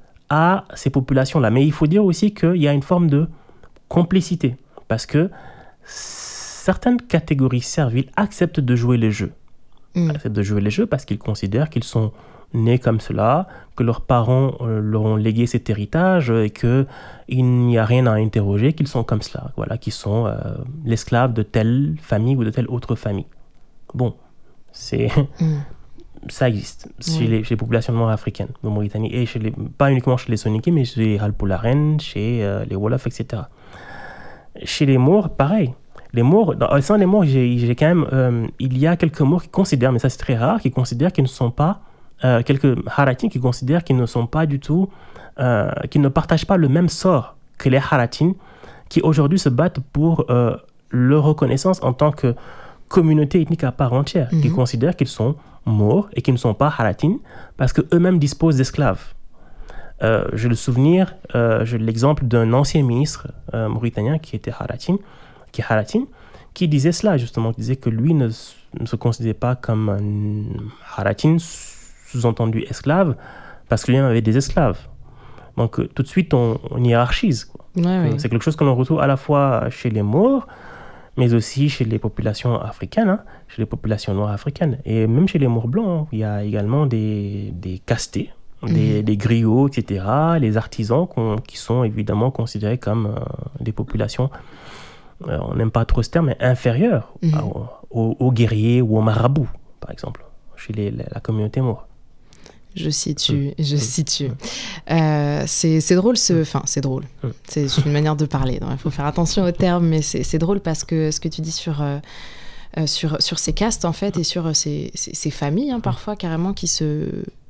à ces populations-là. Mais il faut dire aussi qu'il y a une forme de complicité, parce que certaines catégories serviles acceptent de jouer les jeux. Mmh. Acceptent de jouer les jeux parce qu'ils considèrent qu'ils sont nés comme cela, que leurs parents euh, leur ont légué cet héritage et qu'il n'y a rien à interroger, qu'ils sont comme cela, voilà, qu'ils sont euh, l'esclave de telle famille ou de telle autre famille. Bon, c'est... Mmh. Ça existe chez, oui. les, chez les populations noires africaines de Mauritanie, et chez les, pas uniquement chez les Soninké, mais chez les Halpolaren, chez euh, les Wolofs, et cetera. Chez les Maures, pareil. Les Maures, dans, sans les Maures, j'ai, j'ai quand même, euh, il y a quelques Maures qui considèrent, mais ça c'est très rare, qui considèrent qu'ils ne sont pas, euh, quelques Haratines qui considèrent qu'ils ne sont pas du tout, euh, qu'ils ne partagent pas le même sort que les Haratines, qui aujourd'hui se battent pour euh, leur reconnaissance en tant que communauté ethnique à part entière, mm-hmm. qui considèrent qu'ils sont Maures et qui ne sont pas Haratines parce qu'eux-mêmes disposent d'esclaves. Euh, j'ai le souvenir, euh, j'ai l'exemple d'un ancien ministre euh, mauritanien qui était Haratine, qui est Haratine, qui disait cela justement, qui disait que lui ne, ne se considérait pas comme un Haratine, sous-entendu esclave, parce que lui avait des esclaves. Donc euh, tout de suite on, on hiérarchise. Quoi. Ouais, oui. C'est quelque chose que l'on retrouve à la fois chez les Maures, mais aussi chez les populations africaines, hein, chez les populations noires africaines. Et même chez les Maures blancs, hein, il y a également des, des castés, mmh. des, des griots, et cetera, les artisans qui sont évidemment considérés comme euh, des populations, euh, on n'aime pas trop ce terme, mais inférieures mmh. à, aux, aux guerriers ou aux marabouts, par exemple, chez les, la, la communauté maure. Je situe, mmh. je situe. Mmh. Euh, c'est, c'est drôle, ce... enfin c'est drôle, mmh. c'est une manière de parler, il faut faire attention aux termes, mais c'est, c'est drôle parce que ce que tu dis sur, euh, sur, sur ces castes en fait, et sur ces, ces, ces familles hein, parfois carrément qui se...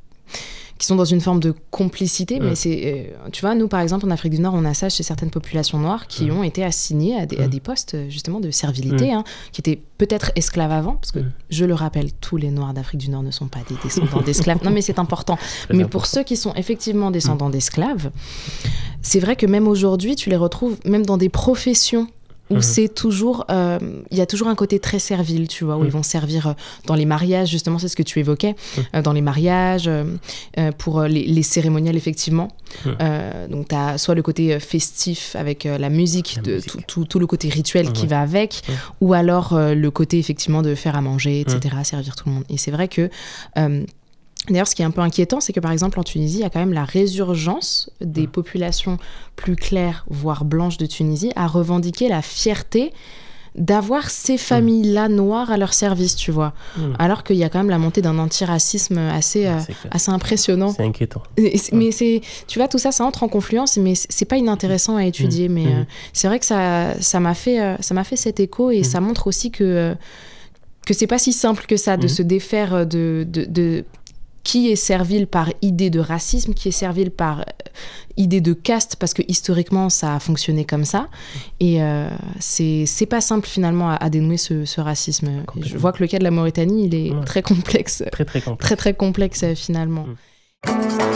qui sont dans une forme de complicité, mmh. mais c'est, euh, tu vois, nous par exemple en Afrique du Nord, on a ça chez certaines populations noires qui mmh. ont été assignées à des, mmh. à des postes justement de servilité, mmh. hein, qui étaient peut-être esclaves avant, parce que mmh. je le rappelle, tous les Noirs d'Afrique du Nord ne sont pas des descendants d'esclaves, non mais c'est important, Très mais important. Pour ceux qui sont effectivement descendants mmh. d'esclaves, c'est vrai que même aujourd'hui, tu les retrouves même dans des professions où Mhm. c'est toujours, euh, il y a toujours un côté très servile, tu vois, où Mhm. ils vont servir euh, dans les mariages, justement, c'est ce que tu évoquais, Mhm. euh, dans les mariages, euh, euh, pour euh, les, les cérémoniales, effectivement. Mhm. Euh, donc, tu as soit le côté euh, festif avec euh, la musique, La de, musique. Tout, tout, tout le côté rituel Mhm. qui va avec, Mhm. ou alors euh, le côté, effectivement, de faire à manger, et cetera, servir tout le monde. Et c'est vrai que... Euh, D'ailleurs, ce qui est un peu inquiétant, c'est que par exemple en Tunisie, il y a quand même la résurgence des Mm. populations plus claires, voire blanches de Tunisie, à revendiquer la fierté d'avoir ces familles-là noires à leur service, tu vois. Mm. Alors qu'il y a quand même la montée d'un antiracisme assez, euh, C'est clair. assez impressionnant. C'est inquiétant. Et c'est- Mais c'est, tu vois, tout ça, ça entre en confluence, mais c'est c'est pas inintéressant à étudier. Mm. Mais Mm. euh, c'est vrai que ça, ça m'a fait, euh, ça m'a fait cet écho et Mm. ça montre aussi que euh, que c'est pas si simple que ça de Mm. se défaire de, de, de qui est servile par idée de racisme, qui est servile par euh, idée de caste, parce que historiquement, ça a fonctionné comme ça. Et euh, c'est, c'est pas simple, finalement, à, à dénouer ce, ce racisme. Et je vois que le cas de la Mauritanie, il est Ouais. très complexe. Très, très complexe. Très, très complexe, euh, finalement. Mm.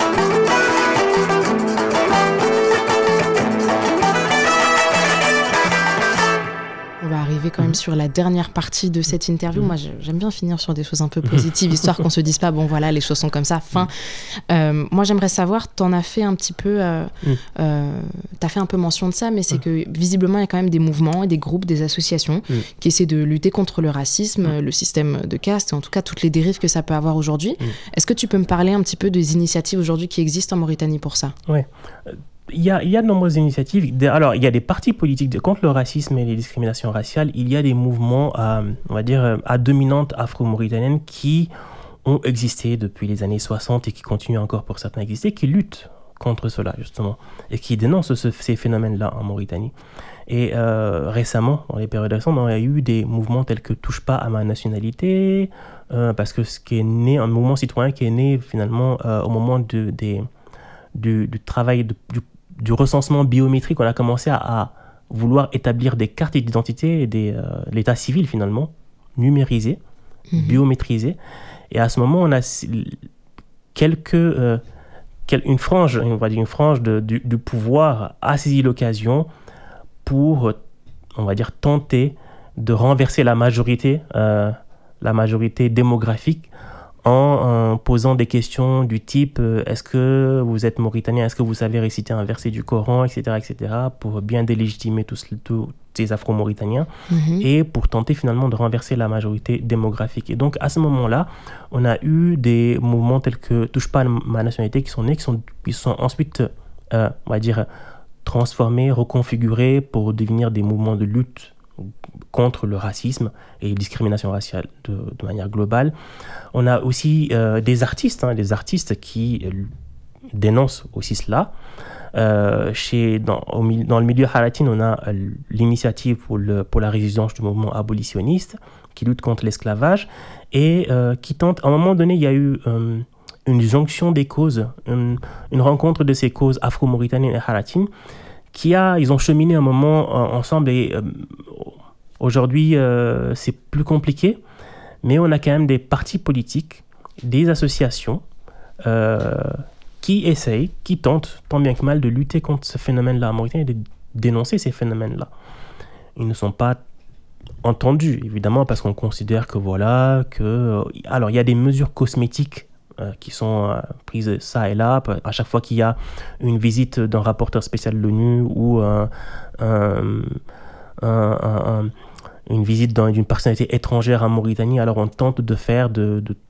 On va arriver quand même Mhm. sur la dernière partie de cette interview. Mhm. Moi, je- j'aime bien finir sur des choses un peu positives, histoire qu'on se dise pas, bon voilà, les choses sont comme ça, fin. Euh, moi, j'aimerais savoir, t'en as fait un petit peu, euh, Mhm. euh, t'as fait un peu mention de ça, mais c'est Mhm. que visiblement, il y a quand même des mouvements et des groupes, des associations Mhm. qui essaient de lutter contre le racisme, Mhm. le système de caste, et en tout cas toutes les dérives que ça peut avoir aujourd'hui. Mhm. Est-ce que tu peux me parler un petit peu des initiatives aujourd'hui qui existent en Mauritanie pour ça ? Ouais. Euh, Il y, a, il y a de nombreuses initiatives. Des- Alors, il y a des partis politiques de- contre le racisme et les discriminations raciales. Il y a des mouvements, à, on va dire, à dominante afro-mauritanienne qui ont existé depuis les années soixante et qui continuent encore pour certains à exister, qui luttent contre cela, justement, et qui dénoncent ce- ces phénomènes-là en Mauritanie. Et euh, récemment, dans les périodes récentes, il y a eu des mouvements tels que Touche pas à ma nationalité, euh, parce que ce qui est né, un mouvement citoyen qui est né finalement euh, au moment de, des, du, du travail, de, du, du recensement biométrique. On a commencé à, à vouloir établir des cartes d'identité, et des, euh, l'état civil finalement, numérisé, Mhm. biométrisé. Et à ce moment, on a si- quelques, euh, quel- une frange, on va dire une frange de, du, du pouvoir a saisi l'occasion pour, on va dire, tenter de renverser la majorité, euh, la majorité démographique en, en posant des questions du type euh, est-ce que vous êtes mauritanien, est-ce que vous savez réciter un verset du Coran, et cetera, et cetera, pour bien délégitimer tous, tous ces Afro-Mauritaniens Mhm. et pour tenter finalement de renverser la majorité démographique. Et donc à ce moment-là, on a eu des mouvements tels que Touche pas à ma nationalité qui sont nés, qui sont, qui sont ensuite, euh, on va dire, transformés, reconfigurés pour devenir des mouvements de lutte contre le racisme et les discriminations raciales de, de manière globale. On a aussi euh, des artistes, hein, des artistes qui euh, dénoncent aussi cela. Euh, chez, dans, au, dans le milieu haratin, on a euh, l'initiative pour, le, pour la résistance du mouvement abolitionniste qui lutte contre l'esclavage et euh, qui tente, à un moment donné, il y a eu euh, une jonction des causes, une, une rencontre de ces causes afro-mauritaniennes et haratines qui a, ils ont cheminé un moment euh, ensemble et euh, aujourd'hui euh, c'est plus compliqué, mais on a quand même des partis politiques, des associations euh, qui essayent, qui tentent tant bien que mal de lutter contre ce phénomène-là en Mauritanie et de dénoncer ces phénomènes-là. Ils ne sont pas entendus, évidemment, parce qu'on considère que voilà, que... Alors, il y a des mesures cosmétiques euh, qui sont euh, prises ça et là, à chaque fois qu'il y a une visite d'un rapporteur spécial de l'ONU ou un, un, un, un, une visite dans, d'une personnalité étrangère en Mauritanie, alors on tente de faire, de, de,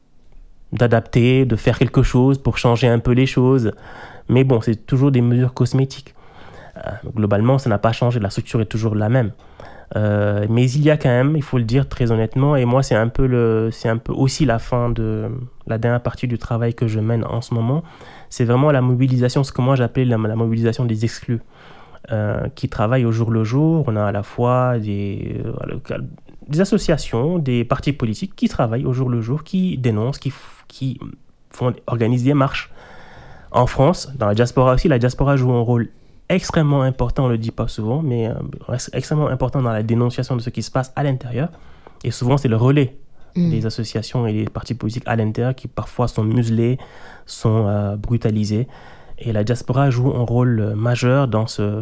d'adapter, de faire quelque chose pour changer un peu les choses. Mais bon, c'est toujours des mesures cosmétiques. Euh, globalement, ça n'a pas changé, la structure est toujours la même. Euh, mais il y a quand même, il faut le dire très honnêtement, et moi c'est un peu, le, c'est un peu aussi la fin de la dernière partie du travail que je mène en ce moment, c'est vraiment la mobilisation, ce que moi j'appelle la, la mobilisation des exclus, euh, qui travaillent au jour le jour. On a à la fois des, euh, des associations, des partis politiques qui travaillent au jour le jour, qui dénoncent, qui, qui font, organisent des marches. En France, dans la diaspora aussi, la diaspora joue un rôle extrêmement important, on ne le dit pas souvent, mais euh, extrêmement important dans la dénonciation de ce qui se passe à l'intérieur. Et souvent, c'est le relais mmh. des associations et des partis politiques à l'intérieur qui parfois sont muselés, sont euh, brutalisés. Et la diaspora joue un rôle majeur dans, ce,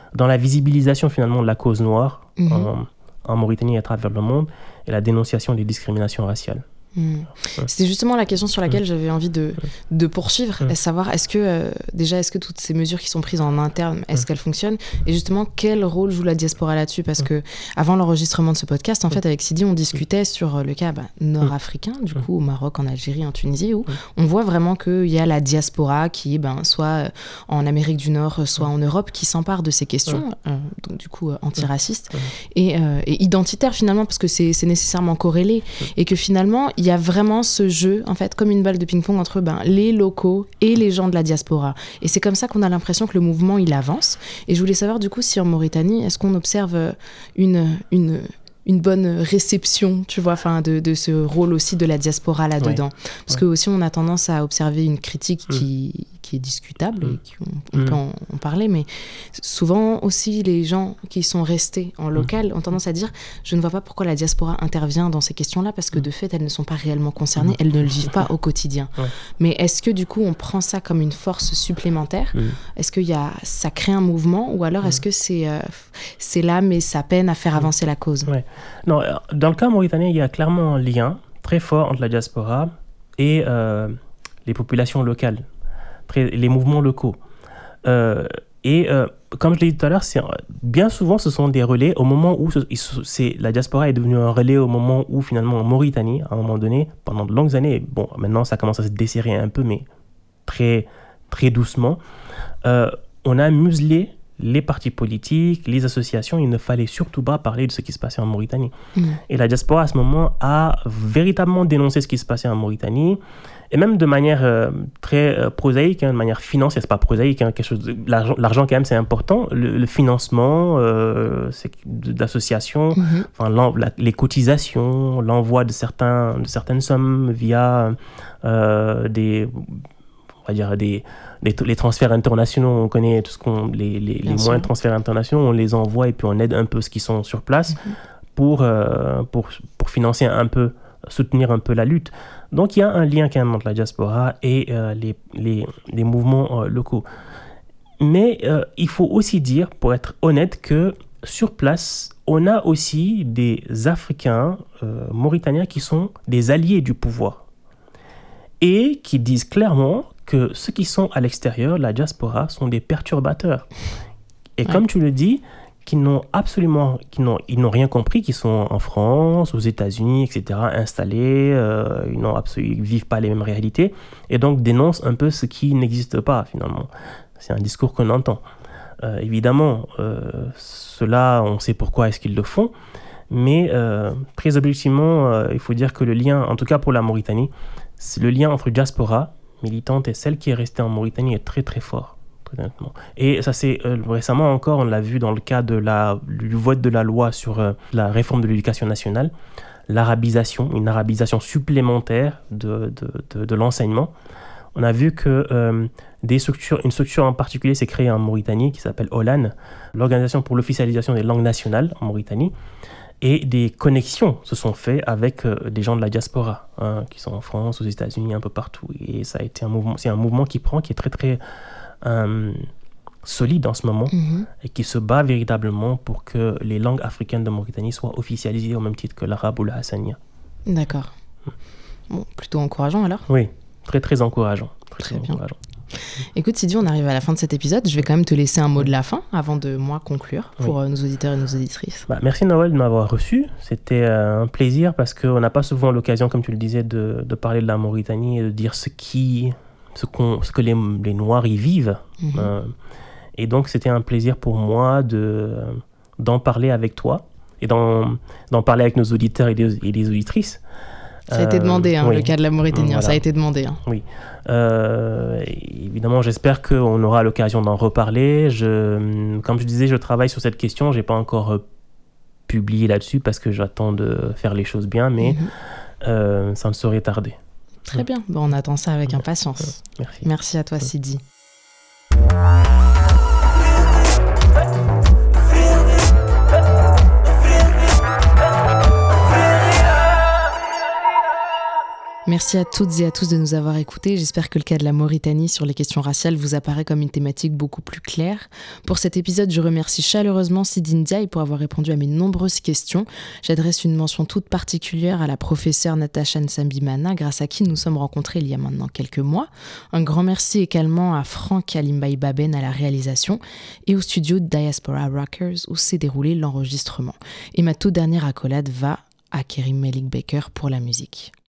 dans la visibilisation finalement de la cause noire mmh. en, en Mauritanie et à travers le monde, et la dénonciation des discriminations raciales. Mmh. Ouais. C'était justement la question sur laquelle mmh. j'avais envie de, de poursuivre, mmh. savoir est-ce que euh, déjà est-ce que toutes ces mesures qui sont prises en interne, est-ce mmh. qu'elles fonctionnent, et justement quel rôle joue la diaspora là-dessus, parce mmh. que avant l'enregistrement de ce podcast, en fait avec Sidi on discutait sur le cas bah, nord-africain, du coup au Maroc, en Algérie, en Tunisie, où on voit vraiment qu'il y a la diaspora qui est ben, soit en Amérique du Nord, soit en Europe, qui s'empare de ces questions, euh, donc du coup euh, antiracistes et, euh, et identitaires finalement, parce que c'est, c'est nécessairement corrélé, et que finalement il y a vraiment ce jeu, en fait, comme une balle de ping-pong entre ben, les locaux et les gens de la diaspora. Et c'est comme ça qu'on a l'impression que le mouvement, il avance. Et je voulais savoir, du coup, si en Mauritanie, est-ce qu'on observe une, une, une bonne réception, tu vois, enfin, de, de ce rôle aussi de la diaspora là-dedans. Ouais. Parce ouais. que aussi, on a tendance à observer une critique mmh. qui... qui est discutable, mmh. et qui, on, on mmh. peut en, en parler, mais souvent aussi les gens qui sont restés en local mmh. ont tendance à dire « je ne vois pas pourquoi la diaspora intervient dans ces questions-là, parce que de fait, elles ne sont pas réellement concernées, mmh. elles ne le vivent pas au quotidien. Ouais. » Mais est-ce que du coup, on prend ça comme une force supplémentaire ? mmh. Est-ce que y a, ça crée un mouvement, ou alors mmh. est-ce que c'est, euh, c'est là, mais ça peine à faire avancer mmh. la cause ? ouais. Non, dans le cas mauritanien, il y a clairement un lien très fort entre la diaspora et euh, les populations locales, les mouvements locaux. Euh, et euh, comme je l'ai dit tout à l'heure, c'est, bien souvent, ce sont des relais au moment où c'est, c'est, la diaspora est devenue un relais au moment où, finalement, en Mauritanie, à un moment donné, pendant de longues années, bon, maintenant, ça commence à se desserrer un peu, mais très, très doucement, euh, on a muselé les partis politiques, les associations. Il ne fallait surtout pas parler de ce qui se passait en Mauritanie. Mmh. Et la diaspora, à ce moment, a véritablement dénoncé ce qui se passait en Mauritanie, et même de manière euh, très euh, prosaïque, hein, de manière financière, c'est pas prosaïque, hein, quelque chose de, l'argent, l'argent quand même c'est important, le, le financement euh, c'est, d'associations, mm-hmm. enfin, la, les cotisations, l'envoi de, certains, de certaines sommes via euh, des, on va dire des, des, les transferts internationaux, on connaît tout ce qu'on, les, les, les moyens de transferts internationaux, on les envoie et puis on aide un peu ceux qui sont sur place mm-hmm. pour, euh, pour, pour financer un peu, soutenir un peu la lutte. Donc, il y a un lien quand même entre la diaspora et euh, les, les, les mouvements euh, locaux. Mais euh, il faut aussi dire, pour être honnête, que sur place, on a aussi des Africains euh, mauritaniens qui sont des alliés du pouvoir et qui disent clairement que ceux qui sont à l'extérieur, la diaspora, sont des perturbateurs. Et ouais. comme tu le dis, qui n'ont absolument, qui n'ont, ils n'ont rien compris, qui sont en France, aux États-Unis, et cetera, installés, euh, ils n'ont absolument, ils vivent pas les mêmes réalités, et donc dénoncent un peu ce qui n'existe pas finalement. C'est un discours qu'on entend. Euh, évidemment, euh, cela, on sait pourquoi est-ce qu'ils le font, mais euh, très objectivement, euh, il faut dire que le lien, en tout cas pour la Mauritanie, c'est le lien entre diaspora militante et celle qui est restée en Mauritanie est très très fort. Et ça c'est euh, récemment encore, on l'a vu dans le cas de la, du vote de la loi sur euh, la réforme de l'éducation nationale, l'arabisation, une arabisation supplémentaire de, de, de, de l'enseignement. On a vu que euh, des structures, une structure en particulier s'est créée en Mauritanie qui s'appelle OLAN, l'Organisation pour l'officialisation des langues nationales en Mauritanie, et des connexions se sont faites avec euh, des gens de la diaspora, hein, qui sont en France, aux États-Unis, un peu partout. Et ça a été un mouvement, c'est un mouvement qui prend, qui est très très Euh, solide en ce moment mmh. et qui se bat véritablement pour que les langues africaines de Mauritanie soient officialisées au même titre que l'arabe ou le hassania. D'accord. Mmh. Bon, plutôt encourageant alors ? Oui, très très encourageant. Très, très, très bien. Encourageant. Écoute Sidi, on arrive à la fin de cet épisode. Je vais quand même te laisser un mot de la fin avant de moi conclure pour oui. nos auditeurs et nos auditrices. Bah, merci Noël de m'avoir reçu. C'était euh, un plaisir parce qu'on n'a pas souvent l'occasion, comme tu le disais, de, de parler de la Mauritanie et de dire ce qui... Ce, qu'on, ce que les, les Noirs y vivent. Mmh. Euh, et donc, c'était un plaisir pour moi de, d'en parler avec toi et d'en, d'en parler avec nos auditeurs et les, et les auditrices. Ça a euh, été demandé, hein, oui. le cas de la Mauritanie, voilà. Ça a été demandé. Hein. Oui. Euh, évidemment, j'espère qu'on aura l'occasion d'en reparler. Je, comme je disais, je travaille sur cette question. Je n'ai pas encore euh, publié là-dessus parce que j'attends de faire les choses bien, mais mmh. euh, ça ne saurait tarder. Très bien, bon, on attend ça avec impatience. Merci. Merci à toi, Sidi. Merci à toutes et à tous de nous avoir écoutés. J'espère que le cas de la Mauritanie sur les questions raciales vous apparaît comme une thématique beaucoup plus claire. Pour cet épisode, je remercie chaleureusement Sidi Ndiaye pour avoir répondu à mes nombreuses questions. J'adresse une mention toute particulière à la professeure Natacha Nsambimana, grâce à qui nous sommes rencontrés il y a maintenant quelques mois. Un grand merci également à Franck Alimbaï Baben à la réalisation et au studio Diaspora Rockers où s'est déroulé l'enregistrement. Et ma toute dernière accolade va à Kerim Melik Baker pour la musique.